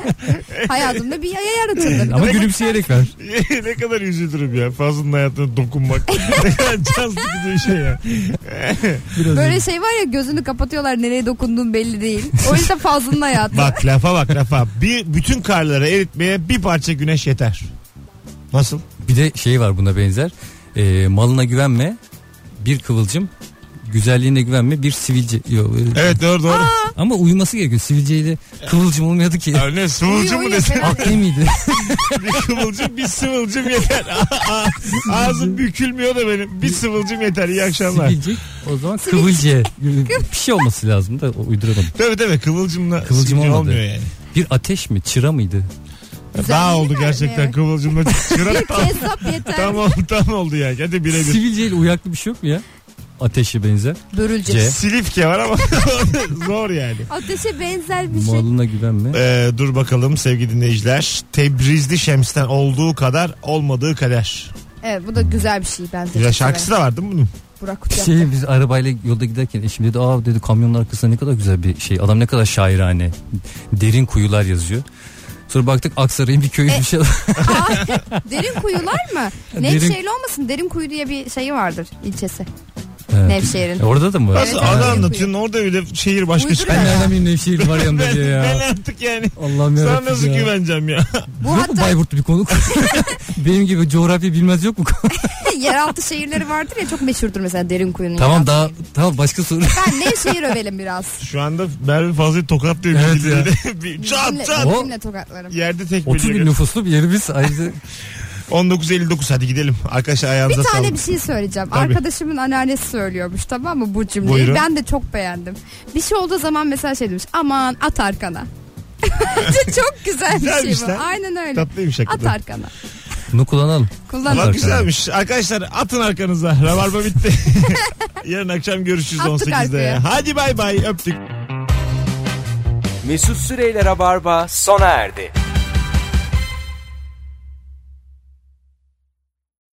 Speaker 4: Hayatımda bir yaya yaratıldı.
Speaker 3: Ama gülümseyerek ver.
Speaker 2: Ne kadar üzülürüm ya. Fazlının hayatına dokunmak. Ne kadar can sıkıcı bir şey ya.
Speaker 3: Biraz
Speaker 4: Böyle şey var ya, gözünü kapatıyorlar, nereye dokunduğun belli değil. O yüzden Fazlı'nın hayatı.
Speaker 2: Bak lafa bak lafa. Bir, bütün karları eritmeye bir parça güneş yeter. Nasıl?
Speaker 3: Bir de şey var buna benzer. Ee, malına güvenme, bir kıvılcım. Güzelliğine güvenme, bir sivilce. Yok,
Speaker 2: Evet doğru doğru.
Speaker 3: ama uyuması gerekiyor. Sivilceyle kıvılcım olmuyordu ki.
Speaker 2: Ya ne sıvılcım mı
Speaker 4: Uyuyor,
Speaker 2: desin?
Speaker 4: uyuyor.
Speaker 3: Akli miydi?
Speaker 2: Bir kıvılcım bir sıvılcım yeter. Ağzım bükülmüyor da benim. Bir sıvılcım yeter. İyi akşamlar.
Speaker 3: Sivilce, o zaman kıvılcı. Bir şey olması lazım da uyduramadım.
Speaker 2: Tabii tabii kıvılcımla
Speaker 3: Kıvılcım
Speaker 2: sivilce
Speaker 3: olmadı.
Speaker 2: olmuyor yani.
Speaker 3: Bir ateş mi, çıra mıydı?
Speaker 2: Daha oldu
Speaker 4: Güzelliği
Speaker 2: gerçekten
Speaker 4: vermiyor.
Speaker 2: kıvılcımla çırak tam,
Speaker 4: Hesap yeter.
Speaker 2: tam oldu tam oldu ya. Hadi birebir.
Speaker 3: Sivilceyle uyaklı bir şey yok mu ya? Ateşe benzer.
Speaker 4: Börülce.
Speaker 3: C.
Speaker 2: Silifke var ama zor yani.
Speaker 4: Ateşe benzer bir şey.
Speaker 3: Malına güvenme.
Speaker 2: Ee, dur bakalım sevgili dinleyiciler. Tebrizli Şems'ten olduğu kadar olmadığı kader.
Speaker 4: Evet, bu da güzel bir şey bence.
Speaker 2: Güzel şarkısı da var değil mi bunun?
Speaker 4: Burak Kutlup.
Speaker 3: Şey, biz arabayla yolda giderken eşim dedi, aa dedi, kamyonun arkasında ne kadar güzel bir şey. Adam ne kadar şairane. Derin kuyular yazıyor. Sonra baktık Aksaray'ın bir köyü
Speaker 4: E,
Speaker 3: bir şey.
Speaker 4: Aa, derin kuyular mı?
Speaker 3: Derin-
Speaker 4: Nevşehirli olmasın? Derin kuyu diye bir şeyi vardır, ilçesi.
Speaker 3: Evet.
Speaker 4: Nevşehir'in.
Speaker 3: E, orada da mı var?
Speaker 2: Nasıl
Speaker 4: Evet,
Speaker 2: adı
Speaker 4: evet.
Speaker 2: anlatıyorsun orada öyle şehir başka şey.
Speaker 4: Uyduruyor.
Speaker 3: Ben nereden bileyim Nevşehir var yanında
Speaker 2: Ben,
Speaker 3: diye ya.
Speaker 2: ben artık yani.
Speaker 3: Allah'ım
Speaker 2: Sana
Speaker 3: yarabbim
Speaker 2: nasıl
Speaker 3: ya.
Speaker 2: güveneceğim ya?
Speaker 4: Bu
Speaker 3: Yok mu
Speaker 4: hatta
Speaker 3: Bayburtlu bir konuk? Benim gibi coğrafya bilmez yok mu?
Speaker 4: yeraltı şehirleri vardır ya, çok meşhurdur mesela derin kuyunun.
Speaker 3: Tamam
Speaker 4: yeraltı
Speaker 3: daha
Speaker 4: şehri.
Speaker 3: tamam, başka soru.
Speaker 4: Ben Nevşehir övelim biraz.
Speaker 2: Şu anda Merve Fazlı'yı tokatlıyor.
Speaker 3: Evet
Speaker 2: bildiğin
Speaker 3: ya.
Speaker 2: gibi. Bir
Speaker 4: Bizimle-
Speaker 2: çat çat.
Speaker 3: O-
Speaker 4: bizimle tokatlarım.
Speaker 2: Yerde tek
Speaker 3: otuz bin
Speaker 2: bölüyor.
Speaker 3: nüfuslu bir yerimiz. Ayrıca
Speaker 2: on dokuz elli dokuz hadi gidelim. Arkadaşlar
Speaker 4: Bir
Speaker 2: ayağınıza
Speaker 4: tane
Speaker 2: sağlık.
Speaker 4: bir şey söyleyeceğim.
Speaker 2: Tabii.
Speaker 4: Arkadaşımın anneannesi söylüyormuş, tamam mı, bu cümleyi.
Speaker 2: Buyurun.
Speaker 4: Ben de çok beğendim. Bir şey olduğu zaman mesela şey demiş. Aman at arkana. Çok güzel bir
Speaker 2: Güzelmiş
Speaker 4: şey bu.
Speaker 2: lan.
Speaker 4: Aynen öyle.
Speaker 2: Tatlıymış
Speaker 4: At
Speaker 2: hakikaten.
Speaker 4: arkana.
Speaker 3: bunu kullanalım.
Speaker 4: Kullan.
Speaker 2: Bak
Speaker 3: At
Speaker 2: güzelmiş. Arkadaşlar atın arkanıza. Rabarba bitti. Yarın akşam görüşürüz
Speaker 4: Attık
Speaker 2: on sekizde.
Speaker 4: arkaya.
Speaker 2: Hadi bay bay öptük.
Speaker 1: Mesut Süreyler'e barba sona erdi.